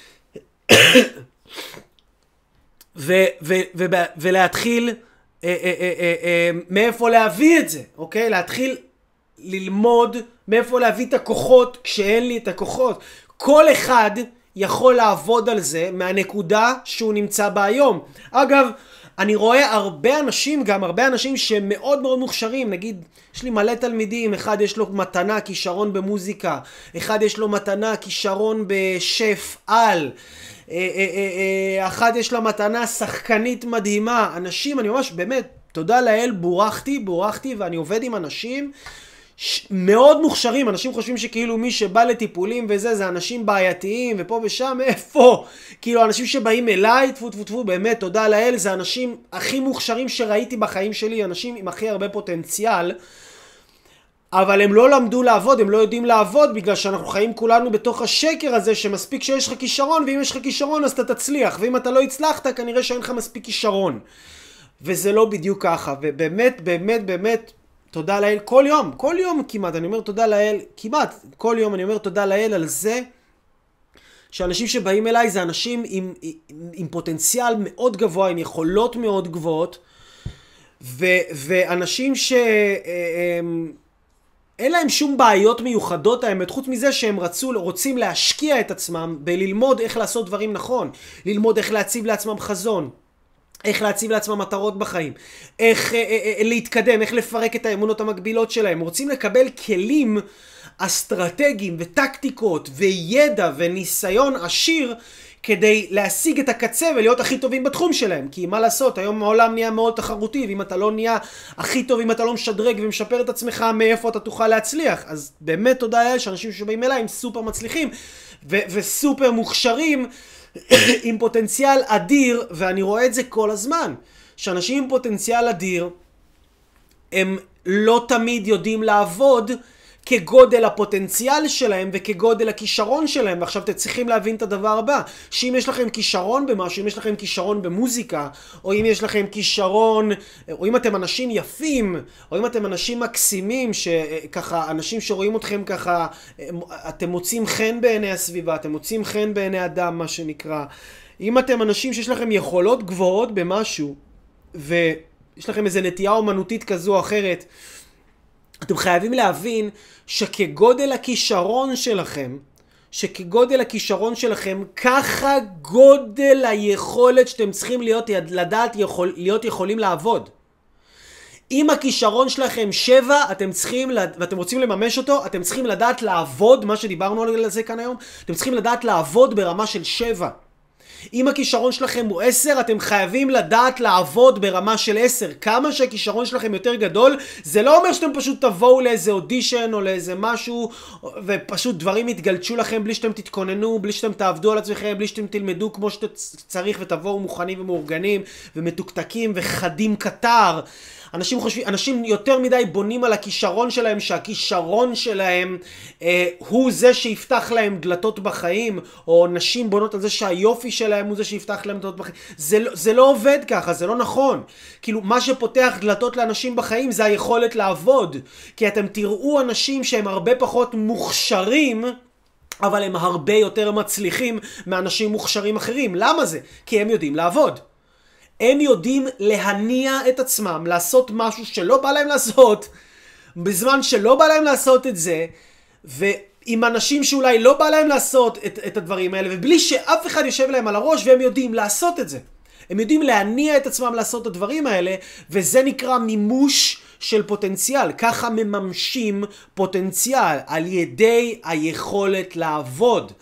ולהתחיל מאיפה להביא את זה, אוקיי? להתחיל ללמוד מאיפה להביא את הכוחות כשאין לי את הכוחות. כל אחד יכול לעבוד על זה מהנקודה שהוא נמצא בה היום. אגב, אני רואה הרבה אנשים שמאוד מאוד מוכשרים. נגיד, יש לי מלא תלמידים, אחד יש לו מתנה, כישרון במוזיקה, אחד יש לו מתנה, כישרון בשף על, אחד יש לה מתנה, שחקנית מדהימה. אנשים, אני ממש באמת, תודה לאל, בורחתי ואני עובד עם אנשים מאוד מוכשרים. אנשים חושבים שכאילו מי שבא לטיפולים וזה, זה אנשים בעייתיים ופה ושם, איפה? כאילו אנשים שבאים אליי, טפו, באמת, תודה לאל, זה אנשים הכי מוכשרים שראיתי בחיים שלי, אנשים עם הכי הרבה פוטנציאל, אבל הם לא למדו לעבוד, הם לא יודעים לעבוד, בגלל שאנחנו חיים כולנו בתוך השקר הזה, שמספיק שיש לך כישרון, ואם יש לך כישרון אז אתה תצליח, ואם אתה לא הצלחת, כנראה שאין לך מספיק כישרון. וזה לא בדיוק ככה, ובאמת, תודה לאל, כל יום כמעט, אני אומר תודה לאל, כמעט כל יום אני אומר תודה לאל על זה, שאנשים שבאים אליי זה אנשים עם פוטנציאל מאוד גבוה, עם יכולות מאוד גבוהות, ואנשים שהם אין להם שום בעיות מיוחדות האמת, חוץ מזה שהם רוצים להשקיע את עצמם בללמוד איך לעשות דברים נכון, ללמוד איך להציב לעצמם חזון, איך להציב לעצמם מטרות בחיים, איך להתקדם, איך לפרק את האמונות המקבילות שלהם. רוצים לקבל כלים אסטרטגיים וטקטיקות וידע וניסיון עשיר כדי להשיג את הקצה ולהיות הכי טובים בתחום שלהם. כי מה לעשות, היום העולם נהיה מאוד תחרותי, ואם אתה לא נהיה הכי טוב, אם אתה לא משדרג ומשפר את עצמך, מאיפה אתה תוכל להצליח. אז באמת תודה לאל שאנשים שבאים אליי הם סופר מצליחים וסופר מוכשרים עם פוטנציאל אדיר, ואני רואה את זה כל הזמן, שאנשים עם פוטנציאל אדיר הם לא תמיד יודעים לעבוד כגודל הפוטנציאל שלהם וכגודל הכישרון שלהם. ועכשיו אתם צריכים להבין את הדבר הבא, שאם יש לכם כישרון במשהו, אם יש לכם כישרון במוזיקה, או אם יש לכם כישרון, או אם אתם אנשים יפים, או אם אתם אנשים מקסימים, שככה, אנשים שרואים אתכם ככה, אתם מוצאים חן בעיני הסביבה, אתם מוצאים חן בעיני אדם, מה שנקרא. אם אתם אנשים שיש לכם יכולות גבוהות במשהו, ויש לכם איזו נטייה אומנותית כזו או אחרת, אתם חייבים להבין שכגודל הכישרון שלכם, ככה גודל היכולת שאתם צריכים לדעת להיות יכולים לעבוד. אם הכישרון שלכם 7, ואתם רוצים לממש אותו, אתם צריכים לדעת לעבוד, מה שדיברנו על זה כאן היום, אתם צריכים לדעת לעבוד ברמה של 7. אם הכישרון שלכם הוא 10, אתם חייבים לדעת לעבוד ברמה של 10. כמה שהכישרון שלכם יותר גדול, זה לא אומר שאתם פשוט תבואו לאיזה אודישן או לאיזה משהו, ופשוט דברים יתגלצ'ו לכם בלי שאתם תתכוננו, בלי שאתם תעבדו על עצמכם, בלי שאתם תלמדו כמו שצריך ותבואו מוכנים ומאורגנים ומתוקתקים וחדים קטר. אנשים יותר מדי בונים על הכישרון שלהם, שהכישרון שלהם הוא זה שיפתח להם דלתות בחיים, או נשים בונות על זה שהיופי שלהם הוא זה שיפתח להם דלתות בחיים. זה לא עובד ככה, זה לא נכון. כאילו, מה שפותח דלתות לאנשים בחיים זה היכולת לעבוד. כי אתם תראו אנשים שהם הרבה פחות מוכשרים, אבל הם הרבה יותר מצליחים מאנשים מוכשרים אחרים. למה זה? כי הם יודעים לעבוד. הם יודעים להניע את עצמם, לעשות משהו שלא בא להם לעשות, בזמן שלא בא להם לעשות את זה, ועם אנשים שאולי לא בא להם לעשות את הדברים האלה, ובלי שאף אחד יושב להם על הראש, והם יודעים לעשות את זה. הם יודעים להניע את עצמם לעשות את הדברים האלה, וזה נקרא מימוש של פוטנציאל. ככה מממשים פוטנציאל, על ידי היכולת לעבוד.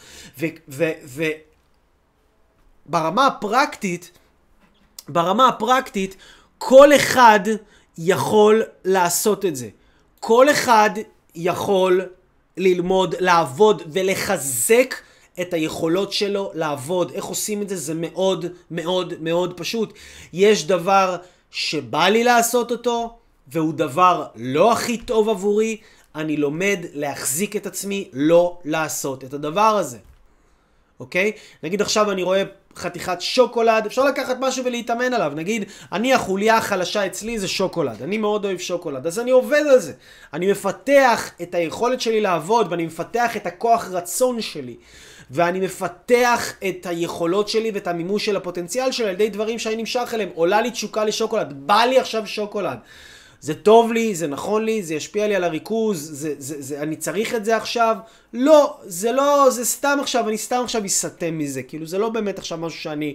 ברמה הפרקטית, כל אחד יכול לעשות את זה. כל אחד יכול ללמוד, לעבוד ולחזק את היכולות שלו לעבוד. איך עושים את זה? זה מאוד מאוד מאוד פשוט. יש דבר שבא לי לעשות אותו, והוא דבר לא הכי טוב עבורי, אני לומד להחזיק את עצמי לא לעשות את הדבר הזה. אוקיי? נגיד עכשיו אני רואה חתיכת שוקולד, אפשר לקחת משהו ולהתאמן עליו. נגיד, החוליה החלשה אצלי זה שוקולד. אני מאוד אוהב שוקולד, אז אני עובד על זה. אני מפתח את היכולת שלי לעבוד, ואני מפתח את הכוח רצון שלי. ואני מפתח את היכולות שלי ואת המימוש של הפוטנציאל שלי על ידי דברים שאני נמשך אליהם. עולה לי תשוקה לשוקולד, בא לי עכשיו שוקולד. זה טוב לי, זה נכון לי, זה ישפיע לי על הריכוז, אני צריך את זה עכשיו. לא, זה סתם עכשיו, אני סתם עכשיו אסתם מזה. כאילו זה לא באמת עכשיו משהו שאני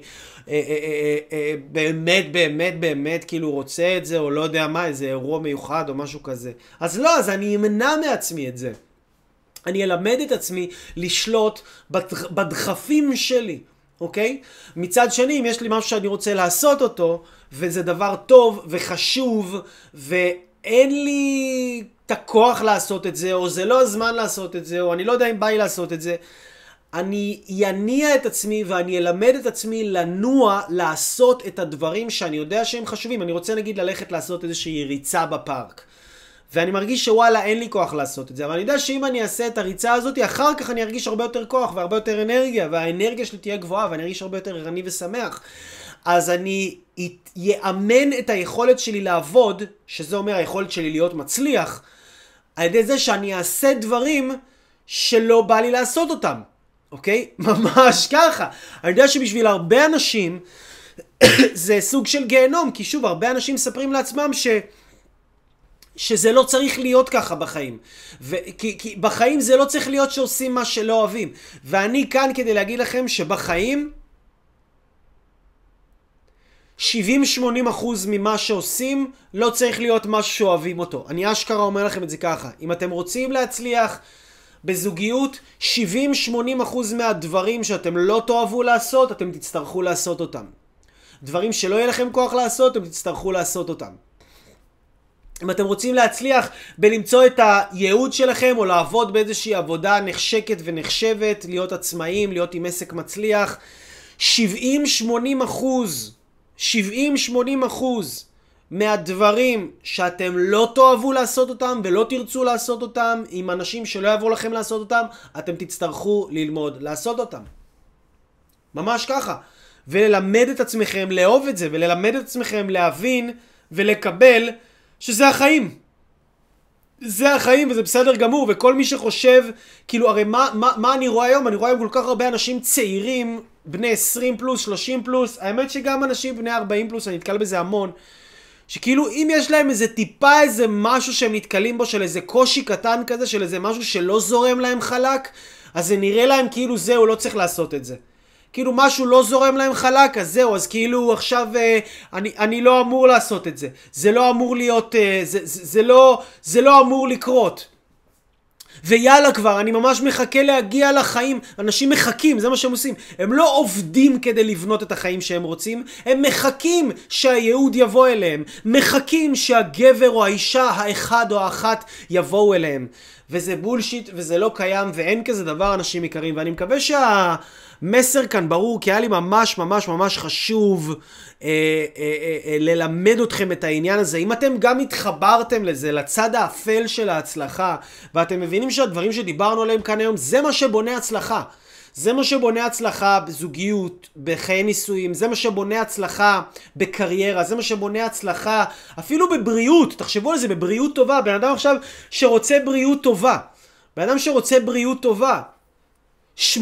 באמת כאילו רוצה את זה, או לא יודע מה, איזה אירוע מיוחד או משהו כזה. אז לא, אז אני אמנע מעצמי את זה. אני אלמד את עצמי לשלוט בדחפים שלי. אוקיי? מצד שני, אם יש לי משהו שאני רוצה לעשות אותו, וזה דבר טוב וחשוב, ואין לי את הכוח לעשות את זה, או זה לא הזמן לעשות את זה, או אני לא יודע אם בא לי לעשות את זה, אני יניע את עצמי ואני אלמד את עצמי לנוע לעשות את הדברים שאני יודע שהם חשובים. אני רוצה נגיד ללכת לעשות איזושהי ריצה בפארק. ואני מרגיש שוואלה אין לי כוח לעשות את זה, אבל אני יודע שאם אני אעשה את הריצה הזאת, אחר כך אני ארגיש הרבה יותר כוח והרבה יותר אנרגיה, והאנרגיה שלי תהיה גבוהה ואני ארגיש הרבה יותר ערני ושמח. אז אני יאמן את היכולת שלי לעבוד, שזה אומר היכולת שלי להיות מצליח, על ידי זה שאני אעשה דברים שלא בא לי לעשות אותם. אוקיי? ממש ככה. אני יודע שבשביל הרבה אנשים זה סוג של גיהנום, כי שוב, הרבה אנשים מספרים לעצמם שזה לא צריך להיות ככה בחיים. כי בחיים זה לא צריך להיות שעושים מה שלא אוהבים. ואני כאן כדי להגיד לכם שבחיים 70-80% ממה שעושים לא צריך להיות משהו שאוהבים אותו. אני אשכרה אומר לכם את זה ככה. אם אתם רוצים להצליח בזוגיות, 70-80% מהדברים שאתם לא תאהבו לעשות, אתם תצטרכו לעשות אותם. דברים שלא יהיה לכם כוח לעשות, אתם תצטרכו לעשות אותם. אם אתם רוצים להצליח בלמצוא את הייעוד שלכם, או לעבוד באיזושהי עבודה נחשקת ונחשבת, להיות עצמאים, להיות עם עסק מצליח, 70-80% מהדברים שאתם לא תאהבו לעשות אותם ולא תרצו לעשות אותם, עם אנשים שלא יעברו לכם לעשות אותם, אתם תצטרכו ללמוד לעשות אותם. ממש ככה. וללמד את עצמכם לאהוב את זה, וללמד את עצמכם להבין ולקבל שזה החיים. זה החיים וזה בסדר גמור. וכל מי שחושב, כאילו, הרי מה אני רואה היום? אני רואה היום כל כך הרבה אנשים צעירים, בני 20 פלוס, 30 פלוס, האמת שגם אנשים בני 40 פלוס, אני נתקל בזה המון, שכאילו אם יש להם איזה טיפה, איזה משהו שהם נתקלים בו, של איזה קושי קטן כזה, של איזה משהו שלא זורם להם חלק, אז זה נראה להם כאילו זהו, לא צריך לעשות את זה. כאילו משהו לא זורם להם חלק, אז זהו, אז כאילו עכשיו אני לא אמור לעשות את זה. זה לא אמור להיות, זה לא אמור לקרות. ויאללה כבר, אני ממש מחכה להגיע לחיים. אנשים מחכים, זה מה שהם עושים. הם לא עובדים כדי לבנות את החיים שהם רוצים, הם מחכים שהייעוד יבוא אליהם. מחכים שהגבר או האישה האחד או האחת יבואו אליהם. וזה בולשיט וזה לא קיים ואין כזה דבר, אנשים יקרים. ואני מקווה שהמסר כאן ברור, כי היה לי ממש ממש ממש חשוב ללמד אתכם את העניין הזה. אם אתם גם התחברתם לזה, לצד האפל של ההצלחה, ואתם מבינים שהדברים שדיברנו עליהם כאן היום, זה מה שבונה הצלחה. זה מה שבונה הצלחה בזוגיות, בחיי נישואים, זה מה שבונה הצלחה בקריירה, זה מה שבונה הצלחה אפילו בבריאות. תחשבו על זה, בבריאות טובה. בן אדם עכשיו שרוצה בריאות טובה, בן אדם שרוצה בריאות טובה, 80-90%, 70%,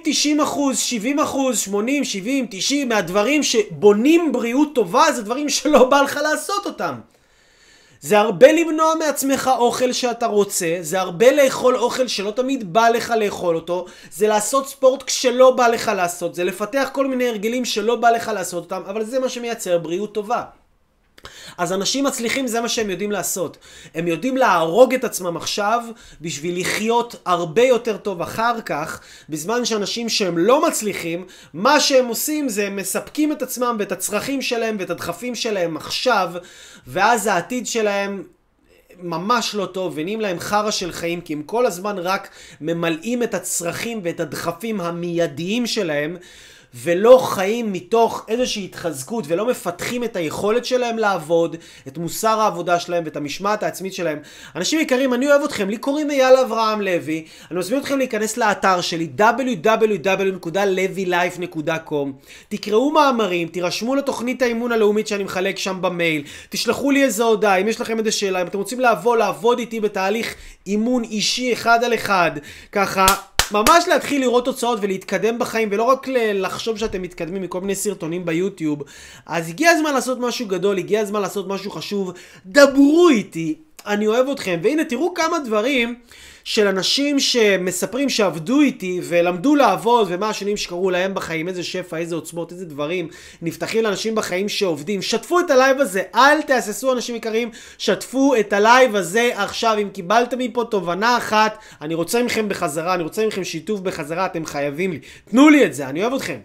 80, 70, 90 מהדברים שבונים בריאות טובה זה דברים שלא בא לך לעשות אותם. זה הרבה למנוע מעצמך אוכל שאתה רוצה, זה הרבה לאכול אוכל שלא תמיד בא לך לאכול אותו, זה לעשות ספורט כשלא בא לך לעשות, זה לפתח כל מיני הרגלים שלא בא לך לעשות אותם, אבל זה מה שמייצר בריאות טובה. אז אנשים מצליחים, זה מה שהם יודעים לעשות. הם יודעים להרוג את עצמם עכשיו בשביל לחיות הרבה יותר טוב אחר כך, בזמן שאנשים שהם לא מצליחים, מה שהם עושים זה הם מספקים את עצמם ואת הצרכים שלהם ואת הדחפים שלהם עכשיו, ואז העתיד שלהם ממש לא טוב, ונעים להם חרה של חיים, כי הם כל הזמן רק ממלאים את הצרכים ואת הדחפים המיידיים שלהם, ולא חיים מתוך איזושהי התחזקות, ולא מפתחים את היכולת שלהם לעבוד, את מוסר העבודה שלהם ואת המשמעת העצמית שלהם. אנשים יקרים, אני אוהב אתכם, לי קוראים אייל אברהם לוי, אני מזמין אתכם להיכנס לאתר שלי www.levylife.com, תקראו מאמרים, תירשמו לתוכנית האימון הלאומית שאני מחלק שם במייל, תשלחו לי איזו הודעה, אם יש לכם איזו שאלה, אם אתם רוצים לעבוד איתי בתהליך אימון אישי אחד על אחד, ככה ממש להתחיל לראות תוצאות ולהתקדם בחיים, ולא רק לחשוב שאתם מתקדמים מכל מיני סרטונים ביוטיוב, אז הגיע הזמן לעשות משהו גדול, הגיע הזמן לעשות משהו חשוב, דברו איתי, אני אוהב אתכם. והנה תראו כמה דברים של אנשים שמספרים שעבדו איתי ולמדו לעבוד, ומה השנים שקרו להם בחיים, איזה שפע, איזה עוצמות, איזה דברים נפתחים לאנשים בחיים שעובדים. שתפו את הלייב הזה, אל תהססו אנשים יקרים, שתפו את הלייב הזה עכשיו. אם קיבלתם מפה תובנה אחת, אני רוצה מכם בחזרה, אני רוצה מכם שיתוף בחזרה, אתם חייבים לי, תנו לי את זה, אני אוהב אתכם.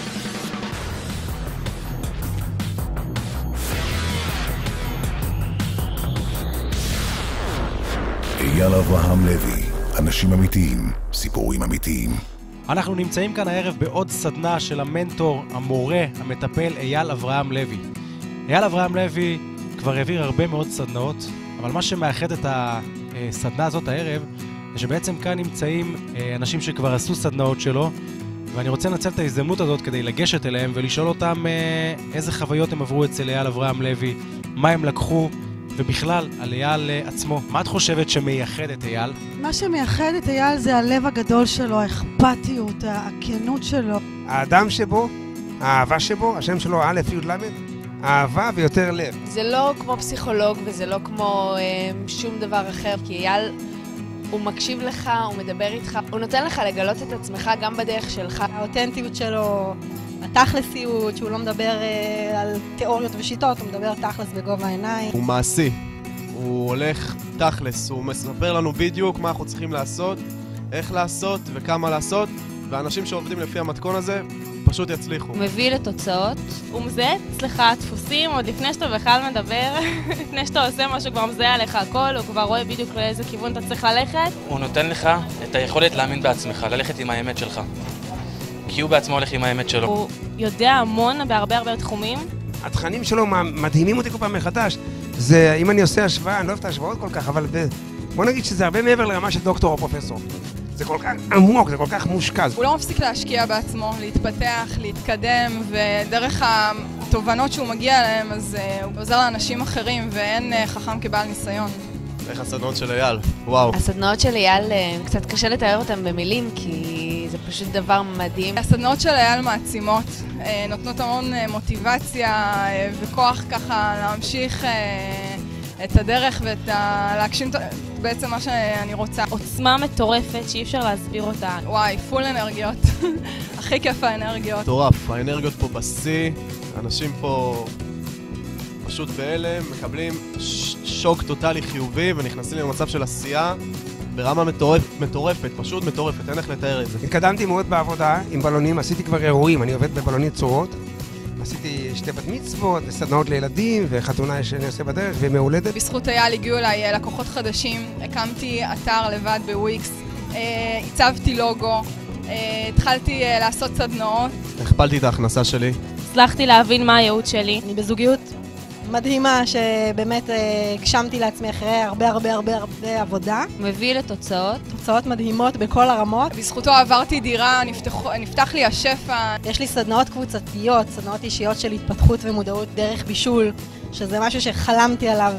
אייל אברהם לוי, אנשים אמיתיים, סיפורים אמיתיים. אנחנו נמצאים כאן הערב בעוד סדנה של המנטור, המורה, המטפל אייל אברהם לוי. אייל אברהם לוי כבר העביר הרבה מאוד סדנאות, אבל מה שמאחד את הסדנה הזאת הערב, זה שבעצם כאן נמצאים אנשים שכבר עשו סדנאות שלו, ואני רוצה לנצל את ההזדמנות הזאת כדי לגשת אליהם ולשאול אותם איזה חוויות הם עברו אצל אייל אברהם לוי, מה הם לקחו, ובכלל, על אייל עצמו. מה את חושבת שמייחד את אייל? מה שמייחד את אייל זה הלב הגדול שלו, האכפתיות, הכנות שלו. האדם שבו, האהבה שבו, השם שלו א' י' ל', אהבה ויותר לב. זה לא כמו פסיכולוג וזה לא כמו שום דבר אחר, כי אייל הוא מקשיב לך, הוא מדבר איתך, הוא נותן לך לגלות את עצמך גם בדרך שלך. האותנטיות שלו, התכלסיות, שהוא לא מדבר על תיאוריות ושיטות, הוא מדבר תכלס בגובה העיניים. הוא מעשי, הוא הולך תכלס, הוא מספר לנו בדיוק מה אנחנו צריכים לעשות, איך לעשות וכמה לעשות, ואנשים שעובדים לפי המתכון הזה פשוט יצליחו. הוא מביא לתוצאות. הוא מזהה אצלך דפוסים עוד לפני שאתה בכלל מדבר, לפני שאתה עושה משהו כבר מזהה עליך הכל, הוא כבר רואה בדיוק לאיזה כיוון אתה צריך ללכת. הוא נותן לך את היכולת להאמין בעצמך, ללכת עם האמת שלך. כי הוא בעצמו הולך עם האמת שלו. הוא יודע המון בהרבה תחומים. התכנים שלו מדהימים אותי כל פעם מחדש. זה, אם אני עושה השוואה, אני לא אוהב את ההשוואות כל כך, אבל בוא נגיד שזה הרבה מעבר לרמה של דוקטור או פרופסור. זה כל כך עמוק, זה כל כך מושקע. הוא לא מפסיק להשקיע בעצמו, להתפתח, להתקדם, ודרך התובנות שהוא מגיע אליהם, אז הוא עוזר לאנשים אחרים, ואין חכם כבעל ניסיון. איך הסדנאות של אייל? וואו. הסדנאות של אייל, קצת קשה לתאר אותם במילים, כי זה פשוט דבר מדהים. הסדנאות של אייל מעצימות, נותנות המון מוטיבציה וכוח ככה להמשיך את הדרך להגשים בעצם מה שאני רוצה. עוצמה מטורפת שאי אפשר להסביר אותה. וואי, פול אנרגיות. הכי כיף האנרגיות. מטורף, האנרגיות פה בשיא, אנשים פה פשוט בהלם, מקבלים שוק טוטלי חיובי ונכנסים למצב של עשייה ברמה מטורפת, פשוט מטורפת, אין איך לתאר את זה. התקדמתי מאוד בעבודה עם בלונים, עשיתי כבר אירועים, אני עובד בבלונים צורות. עשיתי 2 בת מצוות, סדנאות לילדים וחתונה שאני עושה בדרך ומהולדת. בזכות אייל הגיעו אליי לקוחות חדשים, הקמתי אתר לבד בוויקס, הצבתי לוגו, התחלתי לעשות סדנאות. הכפלתי את ההכנסה שלי. הצלחתי להבין מה הייעוד שלי. אני בזוגיות מדהימה שבאמת הגשמתי לעצמי אחרי הרבה עבודה. הוא מביא לתוצאות. תוצאות מדהימות בכל הרמות. בזכותו עברתי דירה, נפתח לי השפע. יש לי סדנאות קבוצתיות, סדנאות אישיות של התפתחות ומודעות דרך בישול, שזה משהו שחלמתי עליו,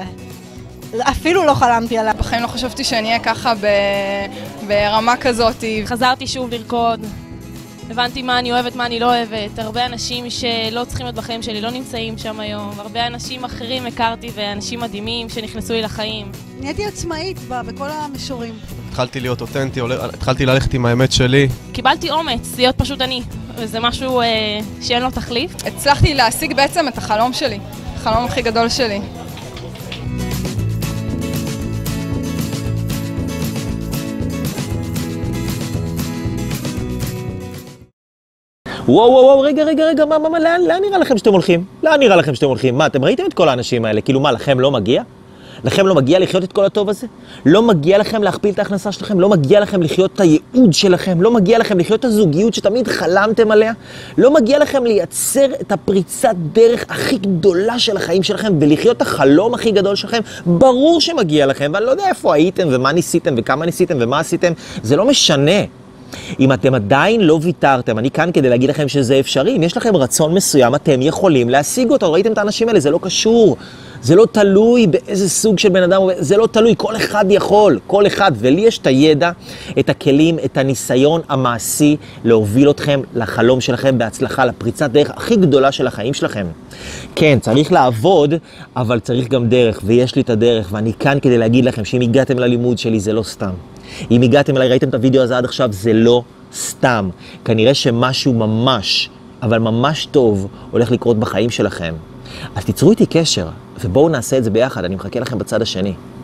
אפילו לא חלמתי עליו. בחיים לא חשבתי שאני אהיה ככה ברמה כזאת. חזרתי שוב לרקוד. הבנתי מה אני אוהבת, מה אני לא אוהבת. הרבה אנשים שלא צריכים להיות בחיים שלי לא נמצאים שם היום. הרבה אנשים אחרים הכרתי ואנשים מדהימים שנכנסו לי לחיים. נהייתי עצמאית בכל המישורים. התחלתי להיות אותנטי, התחלתי ללכת עם האמת שלי. קיבלתי אומץ להיות פשוט אני. וזה משהו שאין לו תחליף. הצלחתי להשיג בעצם את החלום שלי. החלום הכי גדול שלי. וואו, רגע, לאן נראה לכם שאתם הולכים? לאן נראה לכם שאתם הולכים? מה, אתם ראיתם את כל האנשים האלה? כאילו מה, לכם לא מגיע? לכם לא מגיע לחיות את כל הטוב הזה? לא מגיע לכם להכפיל את ההכנסה שלכם? לא מגיע לכם לחיות את הייעוד שלכם? לא מגיע לכם לחיות את הזוגיות שתמיד חלמתם עליה? לא מגיע לכם לייצר את הפריצת דרך הכי גדולה של החיים שלכם ולחיות את החלום הכי גדול שלכם? ברור שמגיע לכם, ואני לא יודע איפה הייתם ומה ניסיתם וכמה ניסיתם ומה עשיתם, זה לא משנה. אם אתם עדיין לא ויתרתם, אני כאן כדי להגיד לכם שזה אפשרי. אם יש לכם רצון מסוים, אתם יכולים להשיג אותו. ראיתם את האנשים האלה? זה לא קשור. זה לא תלוי באיזה סוג של בן אדם. זה לא תלוי. כל אחד יכול. כל אחד. ולי יש את הידע, את הכלים, את הניסיון המעשי להוביל אתכם לחלום שלכם בהצלחה, לפריצת דרך הכי גדולה של החיים שלכם. כן, צריך לעבוד, אבל צריך גם דרך. ויש לי את הדרך. ואני כאן כדי להגיד לכם שאם הגעתם ללימוד שלי, זה לא סתם. אם הגעתם אליי, ראיתם את הוידאו הזה עד עכשיו, זה לא סתם. כנראה שמשהו ממש, אבל ממש טוב, הולך לקרות בחיים שלכם. אז תיצרו איתי קשר, ובואו נעשה את זה ביחד, אני מחכה לכם בצד השני.